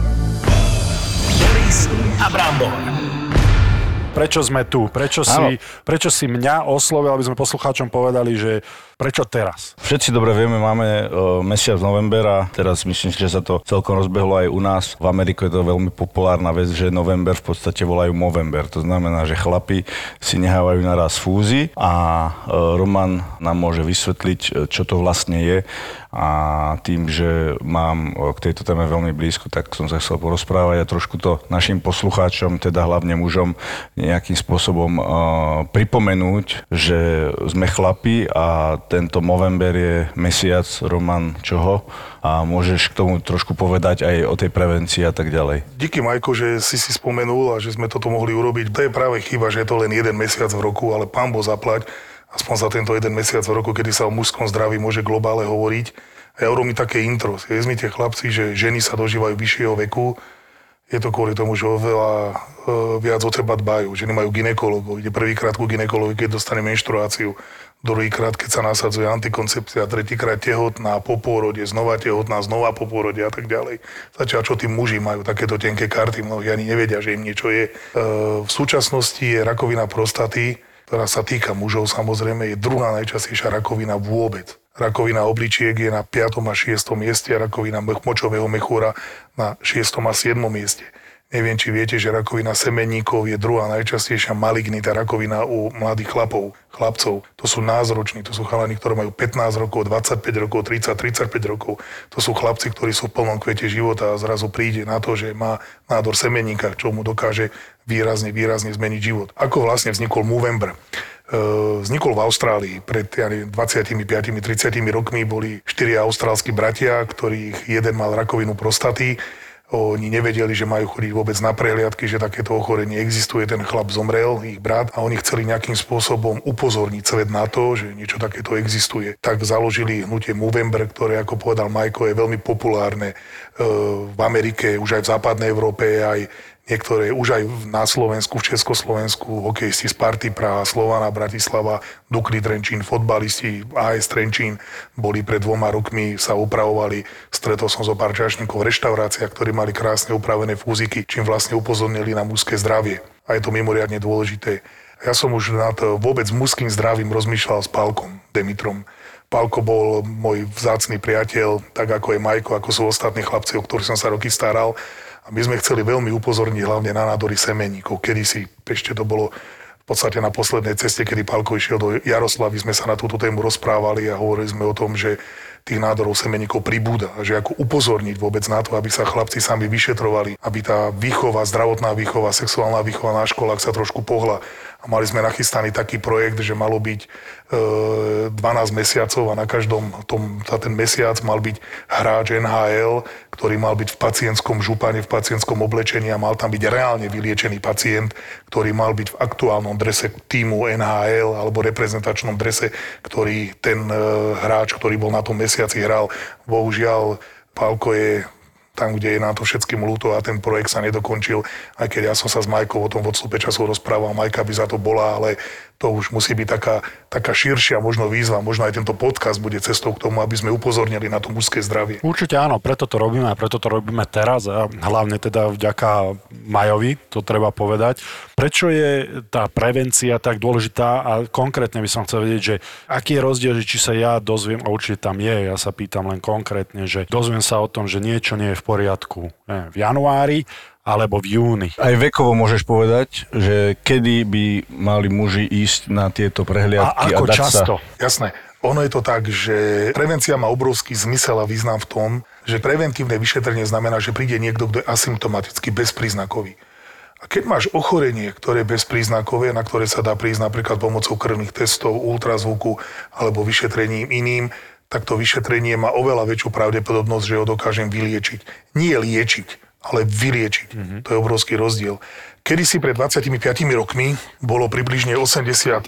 Boris a Brambor. Prečo sme tu? Prečo si mňa oslovil, aby sme poslucháčom povedali, že prečo teraz? Všetci dobre vieme, máme mesiac november a teraz myslím, že sa to celkom rozbehlo aj u nás. V Amerike je to veľmi populárna vec, že november v podstate volajú Movember. To znamená, že chlapi si nehávajú naraz fúzy a Roman nám môže vysvetliť, čo to vlastne je. A tým, že mám k tejto téme veľmi blízko, tak som sa chcel porozprávať a trošku to našim poslucháčom, teda hlavne mužom, nejakým spôsobom pripomenúť, že sme chlapi a tento Movember je mesiac, Roman, čoho? A môžeš k tomu trošku povedať aj o tej prevencii a tak ďalej. Díky, Majko, že si spomenul a že sme toto mohli urobiť. To je práve chyba, že je to len jeden mesiac v roku, ale pán Boh zaplať. aspoň za tento jeden mesiac v roku, kedy sa o mužskom zdraví môže globálne hovoriť. A ja urobím také intro. Vezmite chlapci, že ženy sa dožívajú vyššieho veku. Je to kvôli tomu, že oveľa viac od seba dbajú. Ženy majú gynekologov. Ide prvýkrát ku gynekologu, keď dostane menštruáciu. Druhýkrát, keď sa nasadzuje antikoncepcia, tretíkrát tehotná, po pôrode, znova tehotná, znova po pôrode a tak ďalej. Zatiaľ, čo tí muži majú takéto tenké karty, mnohí ani nevedia, že im niečo je. V súčasnosti je rakovina prostaty, ktorá sa týka mužov samozrejme, je druhá najčastejšia rakovina vôbec. Rakovina obličiek je na 5. a 6. mieste a rakovina močového mechúra na 6. a 7. mieste. Neviem, či viete, že rakovina semenníkov je druhá najčastejšia malignita rakovina u mladých chlapcov. To sú názroční, to sú chalani, ktorí majú 15 rokov, 25 rokov, 30, 35 rokov. To sú chlapci, ktorí sú v plnom kvete života a zrazu príde na to, že má nádor semenníka, čo mu dokáže výrazne zmeniť život. Ako vlastne vznikol Movember? Vznikol v Austrálii pred 25-30 rokmi. Boli 4 austrálski bratia, ktorých jeden mal rakovinu prostaty. Oni nevedeli, že majú chodiť vôbec na prehliadky, že takéto ochorenie existuje. Ten chlap zomrel, ich brat, a oni chceli nejakým spôsobom upozorniť svet na to, že niečo takéto existuje. Tak založili hnutie Movember, ktoré, ako povedal Majko, je veľmi populárne v Amerike, už aj v západnej Európe, aj niektoré už aj na Slovensku, v Československu, hokejisti Sparty Praha, Slovana Bratislava, Dukly Trenčín, fotbalisti AS Trenčín boli pred 2 rokmi, sa upravovali. Stretol som zo pár čašníkov v reštauráciách, ktorí mali krásne upravené fúziky, čím vlastne upozornili na mužské zdravie. A je to mimoriadne dôležité. Ja som už nad vôbec mužským zdravím rozmýšľal s Pálkom Demitrom. Pálko bol môj vzácny priateľ, tak ako je Majko, ako sú ostatní chlapci, o ktorých som sa roky staral. A my sme chceli veľmi upozorniť hlavne na nádory semenníkov. Kedysi, ešte to bolo v podstate na poslednej ceste, kedy Pálko išiel do Jaroslavy, sme sa na túto tému rozprávali a hovorili sme o tom, že tých nádorov semenníkov pribúda. A že ako upozorniť vôbec na to, aby sa chlapci sami vyšetrovali, aby tá výchova, zdravotná výchova, sexuálna výchova na školách sa trošku pohla. A mali sme nachystaný taký projekt, že malo byť 12 mesiacov a na každom za ten mesiac mal byť hráč NHL, ktorý mal byť v pacientskom župane, v pacientskom oblečení a mal tam byť reálne vyliečený pacient, ktorý mal byť v aktuálnom drese týmu NHL alebo reprezentačnom drese, ktorý ten hráč, ktorý bol na tom mesiaci hral. Bohužiaľ, Pálko je tam, kde je nám to všetkým ľúto a ten projekt sa nedokončil, aj keď ja som sa s Majkou o tom v odstupe času rozprával, Majka by za to bola, ale to už musí byť taká širšia možno výzva, možno aj tento podcast bude cestou k tomu, aby sme upozornili na to mužské zdravie. Určite áno, preto to robíme a preto to robíme teraz a hlavne teda vďaka Majovi, to treba povedať. Prečo je tá prevencia tak dôležitá a konkrétne by som chcel vedieť, že aký je rozdiel, že či sa ja dozviem, a určite tam je, ja sa pýtam len konkrétne, že dozviem sa o tom, že niečo nie je v poriadku v januári, alebo v júni. Aj vekovo môžeš povedať, že kedy by mali muži ísť na tieto prehliadky a ako dať často? Jasné. Ono je to tak, že prevencia má obrovský zmysel a význam v tom, že preventívne vyšetrenie znamená, že príde niekto, kto je asymptomaticky bezpríznakový. A keď máš ochorenie, ktoré je bezpríznakové, na ktoré sa dá prísť napríklad pomocou krvných testov, ultrazvuku alebo vyšetrením iným, tak to vyšetrenie má oveľa väčšiu pravdepodobnosť, že ho dokážem vyliečiť. Nie liečiť, ale vyliečiť. To je obrovský rozdiel. Kedysi pred 25 rokmi bolo približne 85%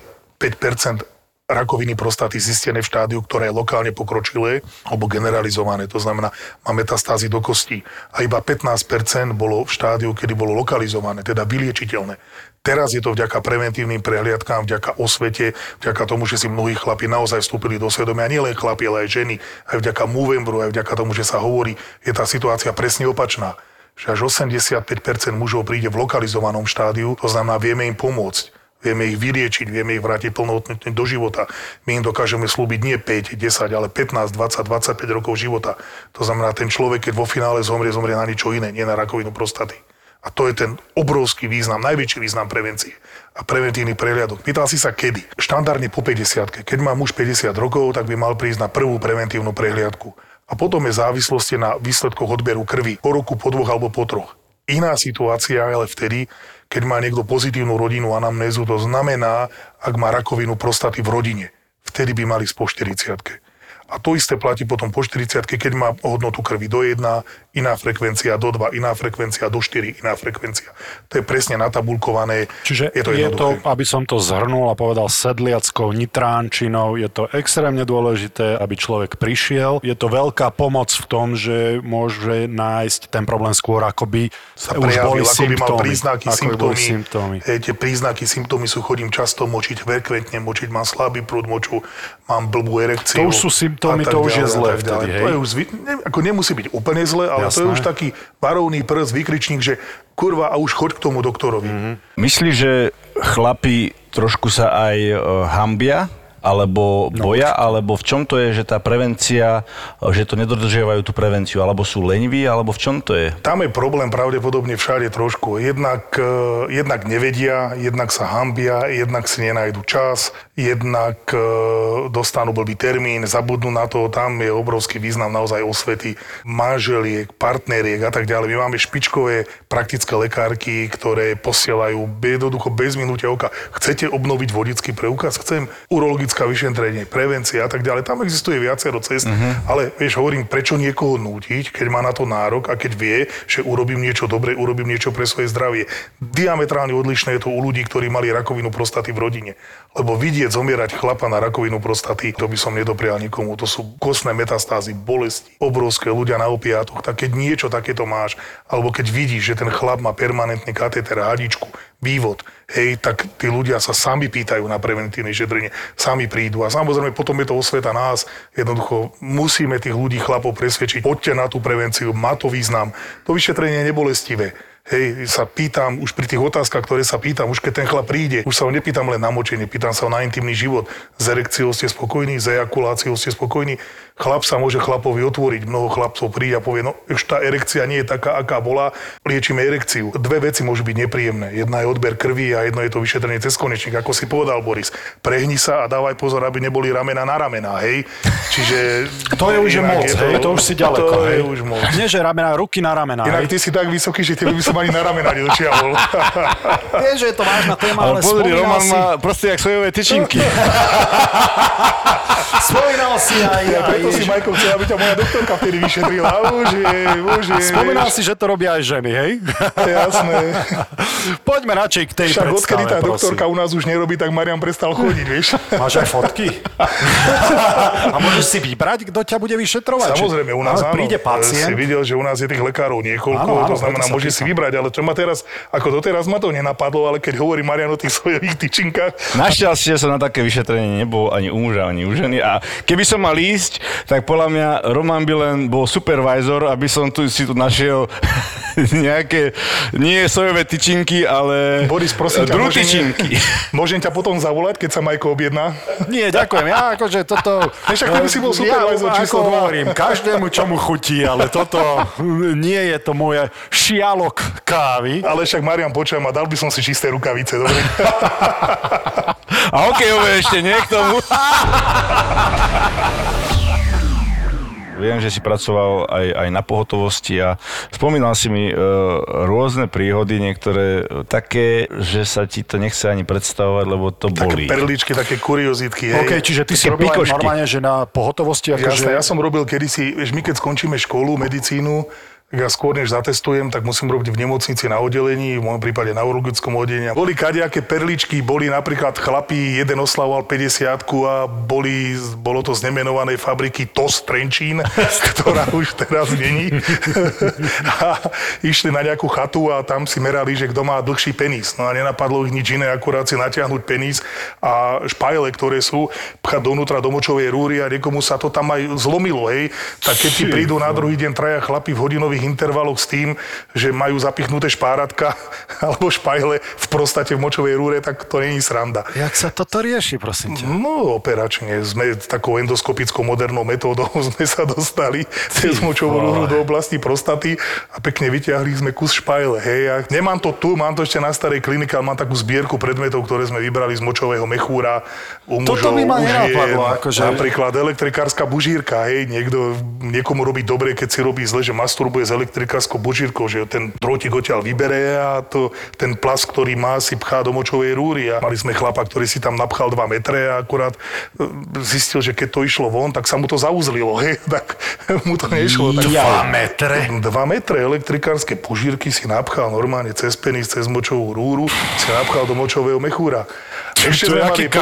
rakoviny prostaty zistené v štádiu, ktoré je lokálne pokročilé alebo generalizované. To znamená, má metastázy do kostí. A iba 15% bolo v štádiu, kedy bolo lokalizované, teda vyliečiteľné. Teraz je to vďaka preventívnym prehliadkám, vďaka osvete, vďaka tomu, že si mnohí chlapi naozaj vstúpili do svedomia, nielen chlapi, ale aj ženy, aj vďaka Movemberu, aj vďaka tomu, že sa hovorí, je tá situácia presne opačná. Že až 85% mužov príde v lokalizovanom štádiu, to znamená, vieme im pomôcť, vieme ich vyliečiť, vieme ich vrátiť plnohodnotne do života. My im dokážeme slúbiť nie 5, 10, ale 15, 20, 25 rokov života. To znamená, ten človek, keď vo finále zomrie na niečo iné, nie na rakovinu prostaty. A to je ten obrovský význam, najväčší význam prevencie a preventívnych prehliadok. Pýtal si sa kedy? Štandardne po 50-ke. Keď má muž 50 rokov, tak by mal prísť na prvú preventívnu prehliadku. A potom je závislosti na výsledkoch odberu krvi. Po roku, po 2 alebo po 3. Iná situácia ale vtedy, keď má niekto pozitívnu rodinnú anamnézu, to znamená, ak má rakovinu prostaty v rodine. Vtedy by mali ísť po 40-ke. A to isté platí potom po 40-ke, keď má hodnotu krvi do 1, iná frekvencia, do 2 iná frekvencia, do 4 iná frekvencia. To je presne natabulkované. Čiže je to, aby som to zhrnul a povedal sedliackou nitránčinou, je to extrémne dôležité, aby človek prišiel. Je to veľká pomoc v tom, že môže nájsť ten problém skôr, akoby sa prejavil, ako by mal príznaky, symptómy. Tie príznaky, symptómy sú, chodím často močiť frekventne, mám slabý prúd moču, mám blbú erekciu. To už sú symptómy, to už je zlé vtedy, hej? To je už ako nemusí byť úplne zlé, ale to je už taký varovný prst, výkričník, že kurva, a už choď k tomu doktorovi. Myslíš, že chlapi trošku sa aj hanbia? Alebo boja, alebo v čom to je, že tá prevencia, že to nedodržiavajú tú prevenciu, alebo sú lenví, alebo v čom to je? Tam je problém pravdepodobne všade trošku. Jednak nevedia, jednak sa hanbia, jednak si nenajdu čas, jednak dostanú blbý termín, zabudnú na to, tam je obrovský význam naozaj osvety manželiek, partneriek a tak ďalej. My máme špičkové praktické lekárky, ktoré posielajú jednoducho bez minútia oka. Chcete obnoviť vodický preukaz? Chcem urologické vyšetrenie, prevencia a tak ďalej. Tam existuje viacero cest, ale vieš, hovorím, prečo niekoho nútiť, keď má na to nárok a keď vie, že urobím niečo dobré, urobím niečo pre svoje zdravie. Diametrálne odlišné je to u ľudí, ktorí mali rakovinu prostaty v rodine. Lebo vidieť zomierať chlapa na rakovinu prostaty, to by som nedoprial nikomu. To sú kostné metastázy, bolesti, obrovské, ľudia na opiátoch. Tak keď niečo takéto máš, alebo keď vidíš, že ten chlap má permanentný katéter, hadičku, vývod, hej, tak tí ľudia sa sami pýtajú na preventívne šetrenie, sami prídu. A samozrejme potom je to osveta nás. Jednoducho musíme tých ľudí, chlapov presvedčiť, poďte na tú prevenciu, má to význam. To vyšetrenie je nebolestivé. Hej, sa pýtam, už pri tých otázkach, ktoré sa pýtam, už keď ten chlap príde, už sa ho nepýtam len na močenie, pýtam sa ho na intimný život. S erekciou ste spokojní, s ejakuláciou ste spokojní. Chlap sa môže chlapovi otvoriť, mnoho chlapcov príde a povie, no už tá erekcia nie je taká, aká bola, liečíme erekciu. Dve veci môžu byť nepríjemné. Jedna je odber krvi a jedno je to vyšetrenie cez konečník, ako si povedal Boris. Prehni sa a dávaj pozor, aby neboli ramena na ramená, hej. Čiže to je už moc, hej, to už si ďaleko, to hej. Je už moc. Nie, že ramena, ruky na ramená. Inak ty si tak vysoký, že tebe by som ani na ramená nedočiahol. Vieš, že je to vážna téma, ale pozri, Roman má proste jak sojové tyčinky. Spomínal si aj... Preto si Majko chcel, aby ťa moja doktorka vtedy vyšetrila. Už je. Spomínal si, že to robia aj ženy, hej? Jasné. Poďme radšej k tej však predstave, odkedy tá doktorka u nás už nerobí, tak Marian prestal chodiť, vieš. Máš aj fotky? A môžeš si vybrať, kto ťa bude vyšetrovať? Samozrejme, u nás áno. Príde pacient. Si videl, že u nás je tých lekárov niekoľko, to znamená, môže si vybrať, ale čo ma teraz, ako doteraz ma to nenapadlo, ale keď hovorí Marian o tých sojových tyčinkách. Našťastie som na také vyšetrenie nebol ani u muža, ani u ženy. A keby som mal ísť, tak podľa mňa Roman by len bol supervisor, aby som si tu našiel nejaké, nie sojové tyčinky, ale Boris, prosím ťa, drutyčinky. Môžem ťa potom zavolať, keď sa Majko objedná? Nie, ďakujem. Ja akože toto... Však ty by si bol supervisor číslo 2. Hovorím, každému, čo mu chutí, ale toto nie je to moje šialok kávy. Ale však Marian, počujem, a dal by som si čisté rukavice, dobre? A hokejové ešte nie k tomu. Viem, že si pracoval aj na pohotovosti a spomínal si mi rôzne príhody, niektoré také, že sa ti to nechce ani predstavovať, lebo to bolí. Také perličky, také kuriozitky. OK, čiže ty si robil aj normálne, že na pohotovosti? Jasné, ja som robil kedysi, vieš, my keď skončíme školu, medicínu, ja skôr než zatestujem, tak musím robiť v nemocnici na oddelení, v mojom prípade na urologickom oddelení. Boli kadejaké perličky, boli napríklad chlapí, jeden oslavoval 50-ku a bolo to z nemenovanej fabriky TOS Trenčín, ktorá už teraz není. A išli na nejakú chatu a tam si merali, že kto má dlhší penis. No a nenapadlo ich nič iné, akurát si natiahnuť penis a špajle, ktoré sú, pchať donútra do močovej rúry a niekomu sa to tam aj zlomilo, hej. Tak keď ti prídu na druhý deň traja chlapi v hodinových intervaloch s tým, že majú zapichnuté špáratka alebo špajle v prostate v močovej rúre, tak to nie je sranda. Jak sa toto rieši, prosím ťa? No, operačne. Sme takou endoskopickou modernou metódou sme sa dostali cez močovú rúru do oblasti prostaty a pekne vyťahli sme kus špajle. Hej, ja nemám to tu, mám to ešte na starej klinike, ale mám takú zbierku predmetov, ktoré sme vybrali z močového mechúra. U mužov, toto by ma nenapadlo. Akože... Napríklad elektrikárska bužírka. Hej, niekomu robí dobre, keď si robí zle, že masturbuje s s elektrikárskou božírkou, že ten drôtik odtiaľ vybere a ten plast, ktorý má, si pchá do močovej rúry. A mali sme chlapa, ktorý si tam napchal 2 metre a akurát zistil, že keď to išlo von, tak sa mu to zauzlilo, hej, tak mu to nešlo. 2 metre? 2 metre elektrikárske božírky si napchal normálne cez penis, cez močovú rúru, si napchal do močového mechúra. Ešte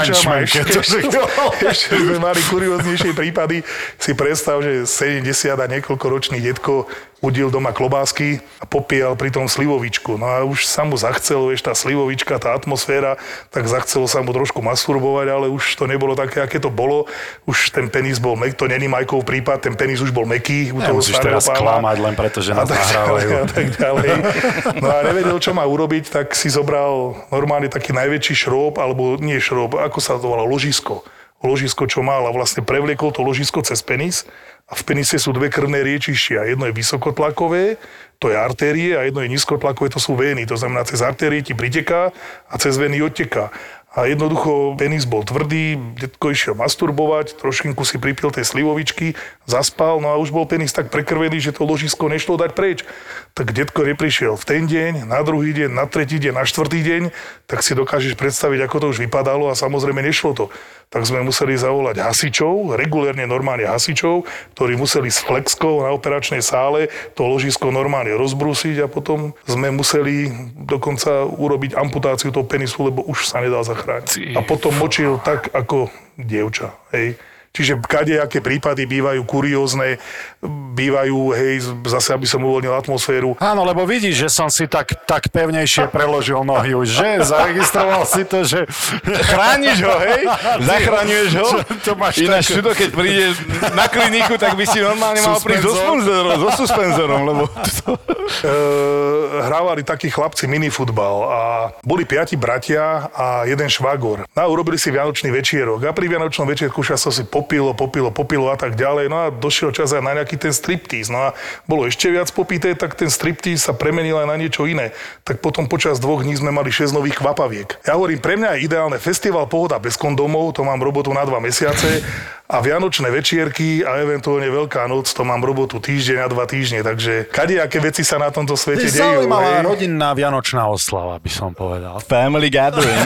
sme mali kurióznejšie prípady. Si predstav, že 70 a niekoľkoročný detko udil doma klobásky a popíjal pritom slivovičku. No a už sa mu zachcelo, vieš, tá slivovička, tá atmosféra, tak zachcelo sa mu trošku masturbovať, ale už to nebolo také, aké to bolo. Už ten penis bol to není Majkov prípad, ten penis už bol mäkký u toho starého pána. Klamať len preto, že nás nahrávajú. A tak ďalej. No a nevedel, čo má urobiť, tak si zobral normálne taký najväčší šrób, alebo nie šrób, ako sa to volá, ložisko, čo mal a vlastne prevliekol to ložisko cez penis a v penise sú 2 krvné riečištia. Jedno je vysokotlakové, to je artérie a jedno je nízkotlakové, to sú vény. To znamená, cez artérie ti priteká a cez vény odteká. A jednoducho penis bol tvrdý, detko išiel masturbovať, trošinku si pripil tej slivovičky, zaspal, no a už bol penis tak prekrvený, že to ložisko nešlo dať preč. Tak detko neprišiel v ten deň, na druhý deň, na tretí deň, na štvrtý deň, tak si dokážeš predstaviť, ako to už vypadalo a samozrejme nešlo to. Tak sme museli zavolať hasičov, regulérne normálne hasičov, ktorí museli s flexkou na operačnej sále to ložisko normálne rozbrúsiť a potom sme museli dokonca urobiť amputáciu toho penisu, lebo už sa nedal zachrániť. A potom močil tak ako dievča, hej. Čiže kadejaké prípady bývajú kuriózne, bývajú, hej, zase aby som uvoľnil atmosféru. Áno, lebo vidíš, že som si tak pevnejšie preložil nohy už, že? Zaregistroval si to, že chrániš ho, hej? Zachraňuješ ho? Ináč to, keď príde na kliniku, tak by si normálne mal prísť so suspenzorom, lebo hrávali takí chlapci minifutbal a boli 5 bratia a 1 švagor. No a urobili si vianočný večierok a pri vianočnom večierku sa si popilo a tak ďalej. No a došiel čas aj na nejaký ten striptíz. No a bolo ešte viac popité, tak ten striptíz sa premenil aj na niečo iné. Tak potom počas 2 dní sme mali 6 nových kvapaviek. Ja hovorím, pre mňa je ideálne festival Pohoda bez kondomov, to mám robotu na 2 mesiace a vianočné večierky a eventuálne Veľká noc, to mám robotu týždeň a 2 týždne. Takže kadejaké veci sa na tomto svete dejú. Zaujímavá rodinná vianočná oslava, by som povedal. Family gathering.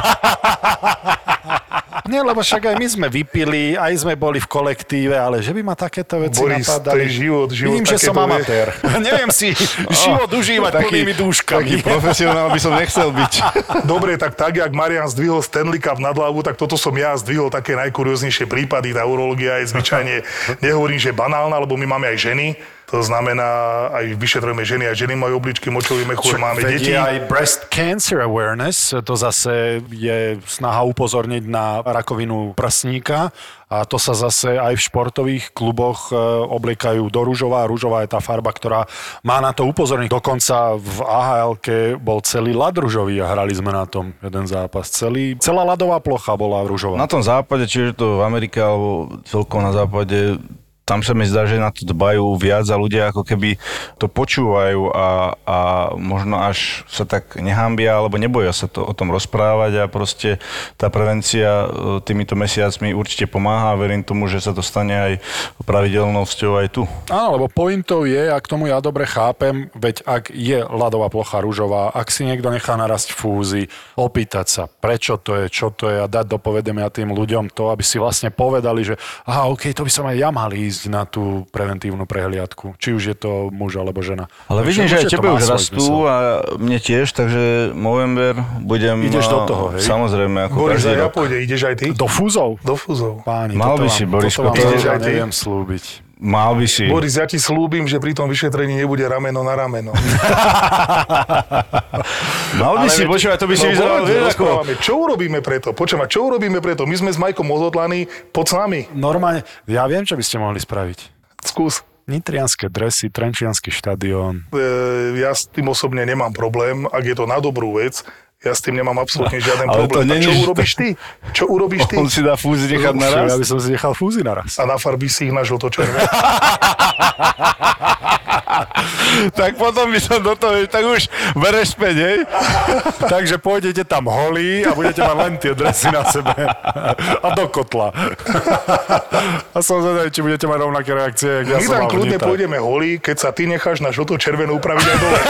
Nie, lebo však aj my sme vypili, aj sme boli v kolektíve, ale že by ma takéto veci Boris, napadali. To je život Vidím, že som amatér. Neviem si život užívať plnými dúškami. Taký profesionál by som nechcel byť. Dobre, tak jak Marian zdvihol Stanley Cup nad hlavu, tak toto som ja zdvihol také najkurióznejšie prípady. Tá urológia je zvyčajne, nehovorím, že banálna, lebo my máme aj ženy. To znamená, aj vyšetrujeme ženy, aj ženy majú obličky, močový mechúr, máme deti. Aj breast cancer awareness, to zase je snaha upozorniť na rakovinu prsníka a to sa zase aj v športových kluboch obliekajú do ružová. Ružová je tá farba, ktorá má na to upozorniť. Dokonca v AHL-ke bol celý ľad ružový a hrali sme na tom jeden zápas. Celá ľadová plocha bola ružová. Na tom západe, čiže to v Amerike alebo celkovo na západe, tam sa mi zdá, že na to dbajú viac a ľudia ako keby to počúvajú a možno až sa tak nehambia alebo neboja sa to o tom rozprávať a proste tá prevencia týmito mesiacmi určite pomáha a verím tomu, že sa to stane aj pravidelnosťou aj tu. Áno, lebo pointou je, ak tomu ja dobre chápem, veď ak je ľadová plocha ružová, ak si niekto nechá narasť fúzy, opýtať sa, prečo to je, čo to je a dať do povedomia tým ľuďom to, aby si vlastne povedali, že aha, OK, to by som aj ja mal ísť na tú preventívnu prehliadku. Či už je to muž alebo žena. Ale vidím, že aj tebe už rastú a mne tiež, takže november budem... Ideš do toho, hej? Samozrejme, ako Boris, každý ja rok. pôjde, ideš aj ty? Do fúzov? Do fúzov. Páni, Mal by si, Borisko, toto ideš vám aj ty? neviem slúbiť. Mal by si. Boris, ja ti slúbim, že pri tom vyšetrení nebude rameno na rameno. Mal by si, počúvať, to by si vyzeral, vieš ako... Čo urobíme preto? Počúvať, čo urobíme preto? My sme s Majkom odhodlaní, poď s nami. Normálne, ja viem, čo by ste mohli spraviť. Skús. Nitrianske dresy, Trenčiansky štadión. Ja s tým osobne nemám problém, ak je to na dobrú vec. Ja s tým nemám absolútne žiaden Ale problém. to A čo urobíš ty? Čo urobíš ty? On si dá fúzi nechať naraz? Ja by som si nechal fúzy naraz. A nafarbíš si ich na žlto-červené. tak potom by som do toho, tak už bereš späť, hej? Takže pôjdete tam holí a budete mať len tie dresy na sebe. A do kotla. A som zvedavý, či budete mať rovnaké reakcie, jak ja som mal. My tam kľudne pôjdeme holí, keď sa ty necháš na žlto-červenú upraviť aj dole.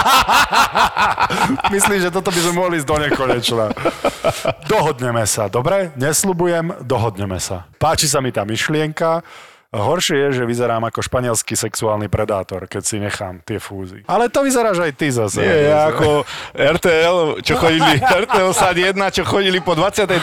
Myslím, že toto by sme mohli ísť do nekonečna. Dohodneme sa, dobre? Nesľubujem, dohodneme sa. Páči sa mi tá myšlienka. Horšie je, že vyzerám ako španielský sexuálny predátor, keď si nechám tie fúzy. Ale to vyzeráš aj ty zase. Nie, ja ako RTL, čo chodili, RTL SAD 1, čo chodili po 22.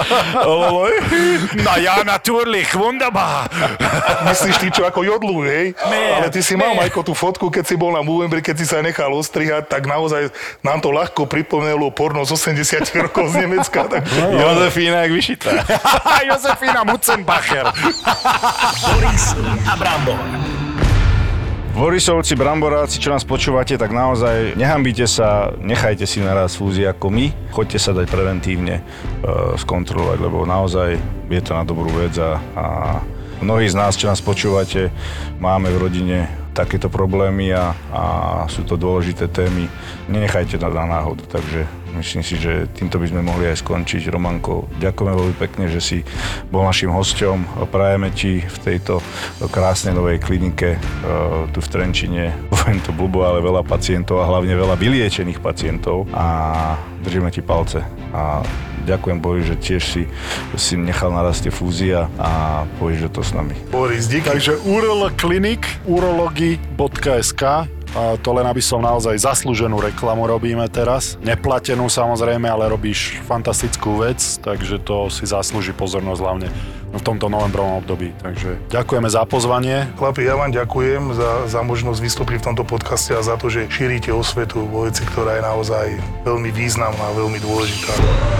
Na Jana Turlich, wunderbar. Myslíš ty, čo ako jodlujú, hej? Ale ty si mal, Majko, tú fotku, keď si bol na Movember, keď si sa nechal ostrihať, tak naozaj nám to ľahko pripomenulo porno z 80 rokov z Nemecka. Tak... Jozefína, jak vyšitá. Jozefína Mutzenbacher. Boris a Brambor. Borisovci, Bramboráci, čo nás počúvate, tak naozaj nehambite sa, nechajte si naraz fúzie ako my. Choďte sa dať preventívne skontrolovať, lebo naozaj je to na dobrú vec a mnohí z nás, čo nás počúvate, máme v rodine takéto problémy a sú to dôležité témy. Nenechajte to na náhodu, takže myslím si, že týmto by sme mohli aj skončiť. Romanko, ďakujeme veľmi pekne, že si bol našim hosťom. Prajeme ti v tejto krásnej novej klinike tu v Trenčine, poviem to blbo, ale veľa pacientov a hlavne veľa vyliečených pacientov a držíme ti palce. A ďakujem, Boris, že tiež si nechal naraz tie fúzie a povieš, že to s nami. Boris, díky. Takže Url Clinic, urology.sk. A to len, aby som naozaj zaslúženú reklamu robíme teraz. Neplatenú samozrejme, ale robíš fantastickú vec, takže to si zaslúži pozornosť hlavne v tomto novembrovom období. Takže ďakujeme za pozvanie. Chlapi, ja vám ďakujem za možnosť vystúpiť v tomto podcaste a za to, že šírite osvetu vo veci, ktorá je naozaj veľmi významná, veľmi dôležitá.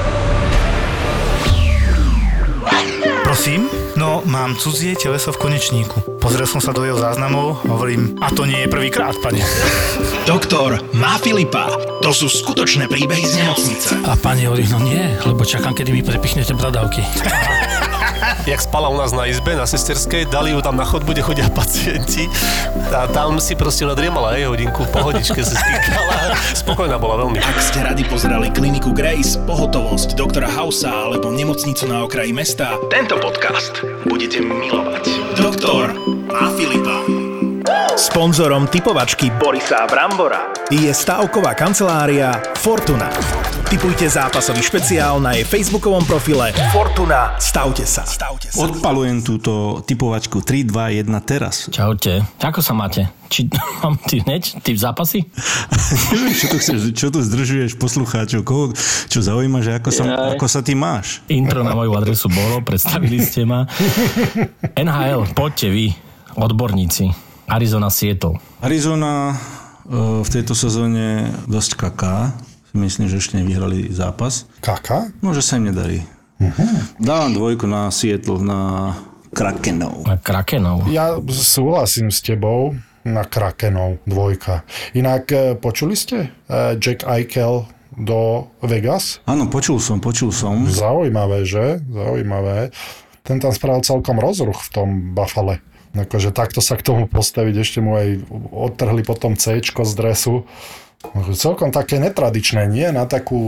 Prosím? No, mám cudzie teleso v konečníku. Pozrel som sa do jeho záznamov, hovorím, a to nie je prvýkrát, pane. Doktor má Filipa. To sú skutočné príbehy z nemocnice. A pani hovorí, no nie, lebo čakám, kedy mi prepichnete bradavky. Jak spala u nás na izbe, na sesterskej, dali ju tam na chodbu, kde chodia pacienti a tam si proste nadriemala hodinku, pohodičke sa stýkala. Spokojná bola veľmi. Ak ste radi pozerali kliniku Grace, pohotovosť doktora Hausa alebo nemocnicu na okraji mesta, tento podcast budete milovať. Doktor má Filipa. Sponzorom typovačky Borisa a Brambora je stavková kancelária Fortuna. Tipujte zápasový špeciál na jej facebookovom profile Fortuna. Stavte sa. Odpalujem túto typovačku 3, 2, 1 teraz. Čaute. Ako sa máte? Či mám ty hneď? Ty v zápasy? Neviem, čo tu zdržuješ poslucháčov? Čo zaujíma, že ako sa ty máš? Intro na moju adresu bolo, predstavili ste ma. NHL, poďte vy, odborníci. Arizona Seattle. Arizona v tejto sezóne dosť kaká. Myslím, že ešte nevyhrali zápas. Kaká? No, že sa im nedarí. Dávam 2 na Seattle, na Krakenov. Na Krakenov? Ja súhlasím s tebou na Krakenov 2. Inak počuli ste Jack Eichel do Vegas? Áno, počul som. Zaujímavé, že? Zaujímavé. Ten tam spravil celkom rozruch v tom Buffale. Akože takto sa k tomu postaviť, ešte mu aj odtrhli potom C-čko z dresu. Celkom také netradičné, nie? Na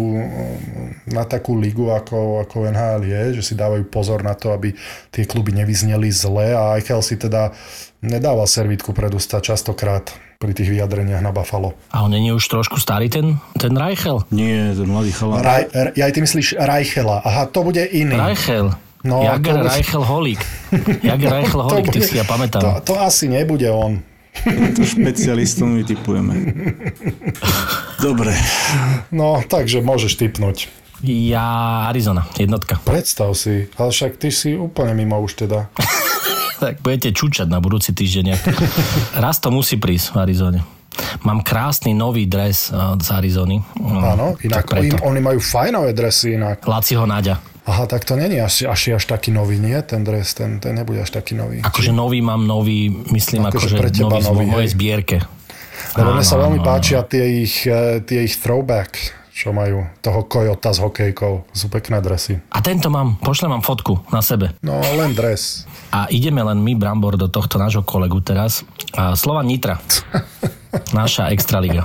takú ligu, ako NHL je, že si dávajú pozor na to, aby tie kluby nevyzneli zle a Eichel si teda nedával servítku pred ústa častokrát pri tých vyjadreniach na Buffalo. A on nie je už trošku starý ten Reichel? Nie, ten mladý chalán. Ja aj ty myslíš Reichela. Aha, to bude iný. Reichel. No, Jager Reichel Holík. Jager Reichel Holík, ty si ja pamätám. To asi nebude on. To špecialistom vytipujeme. Dobre. No, takže môžeš tipnúť. Ja Arizona, 1. Predstav si, ale však ty si úplne mimo už teda. Tak budete čučať na budúci týždeň. Raz to musí prísť v Arizone. Mám krásny nový dres z Arizony. Áno, inak oni majú fajnové dresy inak. Laciho Náďa. Aha, tak to není až taký nový, nie? Ten dres, ten nebude až taký nový. Akože mám nový, myslím, akože nový v mojej zbierke. Lebo mne sa veľmi páčia tie ich throwback, čo majú toho Kojota s hokejkou. Sú pekné dresy. A tento pošlem vám fotku na sebe. No, len dres. A ideme len my, Brambor, do tohto nášho kolegu teraz. Slovan Nitra. Naša extraliga.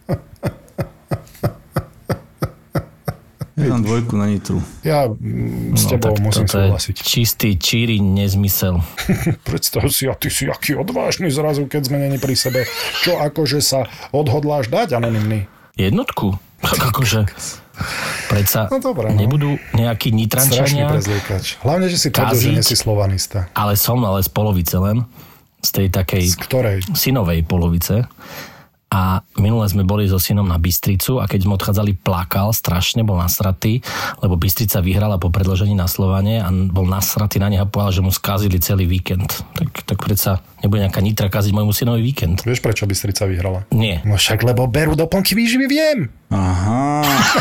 Ja dám 2 na Nitru. Ja s tebou musím súhlasiť. Čistý číri nezmysel. Predstav si, a ty si aký odvážny zrazu, keď sme není pri sebe. Čo akože sa odhodláš dať anonymný? 1? Akože... Predsa nebudú nejakí Nitrančania... Strašný prezliekač. Hlavne, že si tvrdil, že nie si slovanista. Ale som, z polovice len. Z tej takej... Z ktorej? Synovej polovice. A minule sme boli so synom na Bystricu a keď sme odchádzali, plakal strašne, bol nasratý, lebo Bystrica vyhrala po predĺžení na Slovane a bol nasratý na nich a povedal, že mu skázili celý víkend. Tak predsa nebude nejaká Nitra kaziť môjmu synovi víkend. Vieš, prečo Bystrica vyhrala? Nie. No však, lebo berú doplnky výživy, viem. Aha.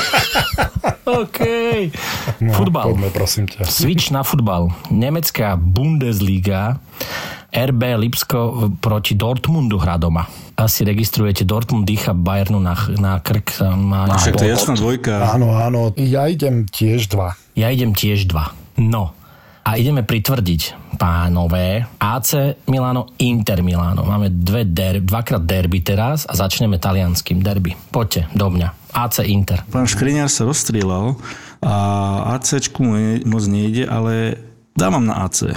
OK. No, futbal. Poďme, prosím ťa. Switch na futbal. Nemecká Bundesliga. RB Lipsko proti Dortmundu hrá doma. Asi registrujete, Dortmund dýcha Bayernu na krk. Však to je jasná 2. Áno. Ja idem tiež 2. Ja idem tiež 2. No. A ideme pritvrdiť, pánové, AC Milano, Inter Milano. Máme 2-krát derby teraz a začneme talianským derby. Poďte do mňa. AC Inter. Pán Škriňar sa rozstrieľal a ACčku moc nejde, ale dávam na AC.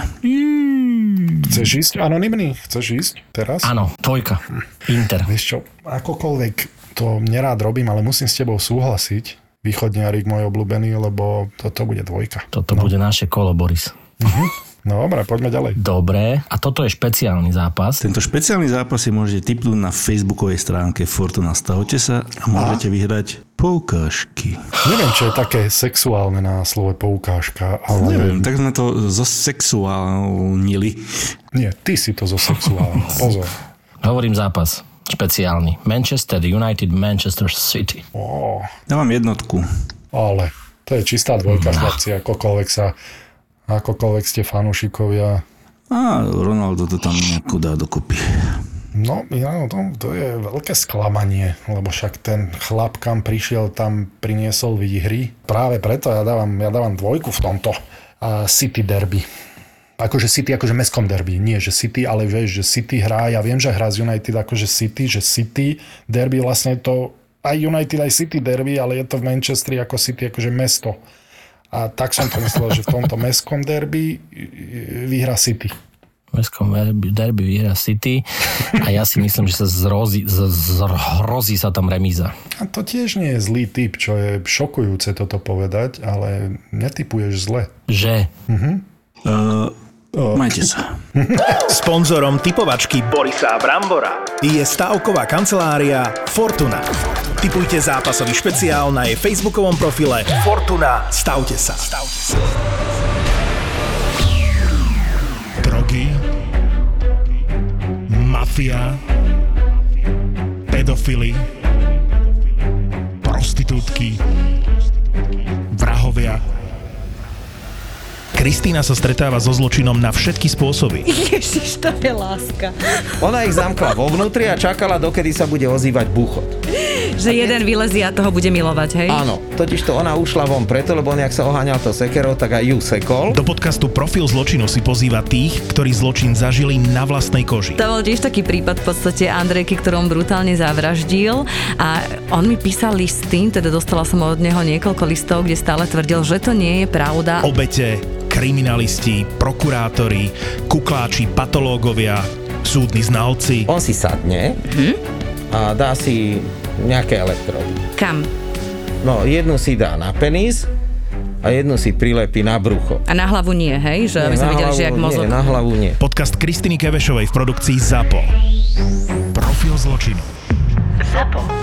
Chceš ísť anonymný? Chceš ísť teraz? Áno, 2. Inter. Vieš čo, akokoľvek to nerád robím, ale musím s tebou súhlasiť. Východniarik môj obľúbený, lebo toto bude 2. Toto bude naše kolo, Boris. No dobre, poďme ďalej. Dobre, a toto je špeciálny zápas. Tento špeciálny zápas si môžete tipnúť na facebookovej stránke Fortuna Stavte sa a môžete vyhrať poukážky. Neviem, čo je také sexuálne na slove poukážka, ale... Neviem, tak sme to zosexuálnili. Nie, ty si to zosexuálne. Pozor. Hovorím zápas. Špeciálny. Manchester United, Manchester City. Dávam 1. Ale to je čistá 2, chlapci, akokoľvek ste fanúšikovia. A Ronaldo to tam nejako dá dokopy. No, to je veľké sklamanie, lebo však ten chlap, kam prišiel, tam priniesol výhry. Práve preto ja dávam 2 v tomto City derby. Akože City, akože mestskom derby. Nie, že City, ale vieš, že City hrá. Ja viem, že hrá z United akože City, že City derby vlastne to aj United, aj City derby, ale je to v Manchesteri ako City, akože mesto. A tak som to myslel, že v tomto mestskom derby vyhrá City. Mestskom derby vyhrá City a ja si myslím, že sa hrozí sa tam remíza. A to tiež nie je zlý tip, čo je šokujúce toto povedať, ale netipuješ zle. Že? Majte sa. Sponzorom typovačky Borisa Brambora je stavková kancelária Fortuna. Tipujte zápasový špeciál na jej facebookovom profile Fortuna. Stavte sa. Drogy, mafia, pedofily, prostitútky, vrahovia. Kristína sa stretáva so zločinom na všetky spôsoby. Ježiš, to je láska. Ona ich zamkla vo vnútri a čakala, dokedy sa bude ozývať búchot. Že jeden vylezie a toho bude milovať, hej? Áno, totižto ona ušla von preto, lebo on, jak sa oháňal to sekerou, tak aj ju sekol. Do podcastu Profil zločinu si pozýva tých, ktorí zločin zažili na vlastnej koži. To bol tiež taký prípad v podstate Andrejky, ktorom brutálne zavraždil a on mi písal listy, teda dostala som od neho niekoľko listov, kde stále tvrdil, že to nie je pravda. Obete, kriminalisti, prokurátori, kukláči, patológovia, súdni znalci. On si sadne a dá si nejaké elektrody. Kam? No, jednu si dá na penis a jednu si prilepí na brucho. A na hlavu nie, hej? Že aby sme videli, že jak mozog. Nie, na hlavu nie. Podcast Kristiny Kevešovej v produkcii ZAPO. Profil zločinu. ZAPO.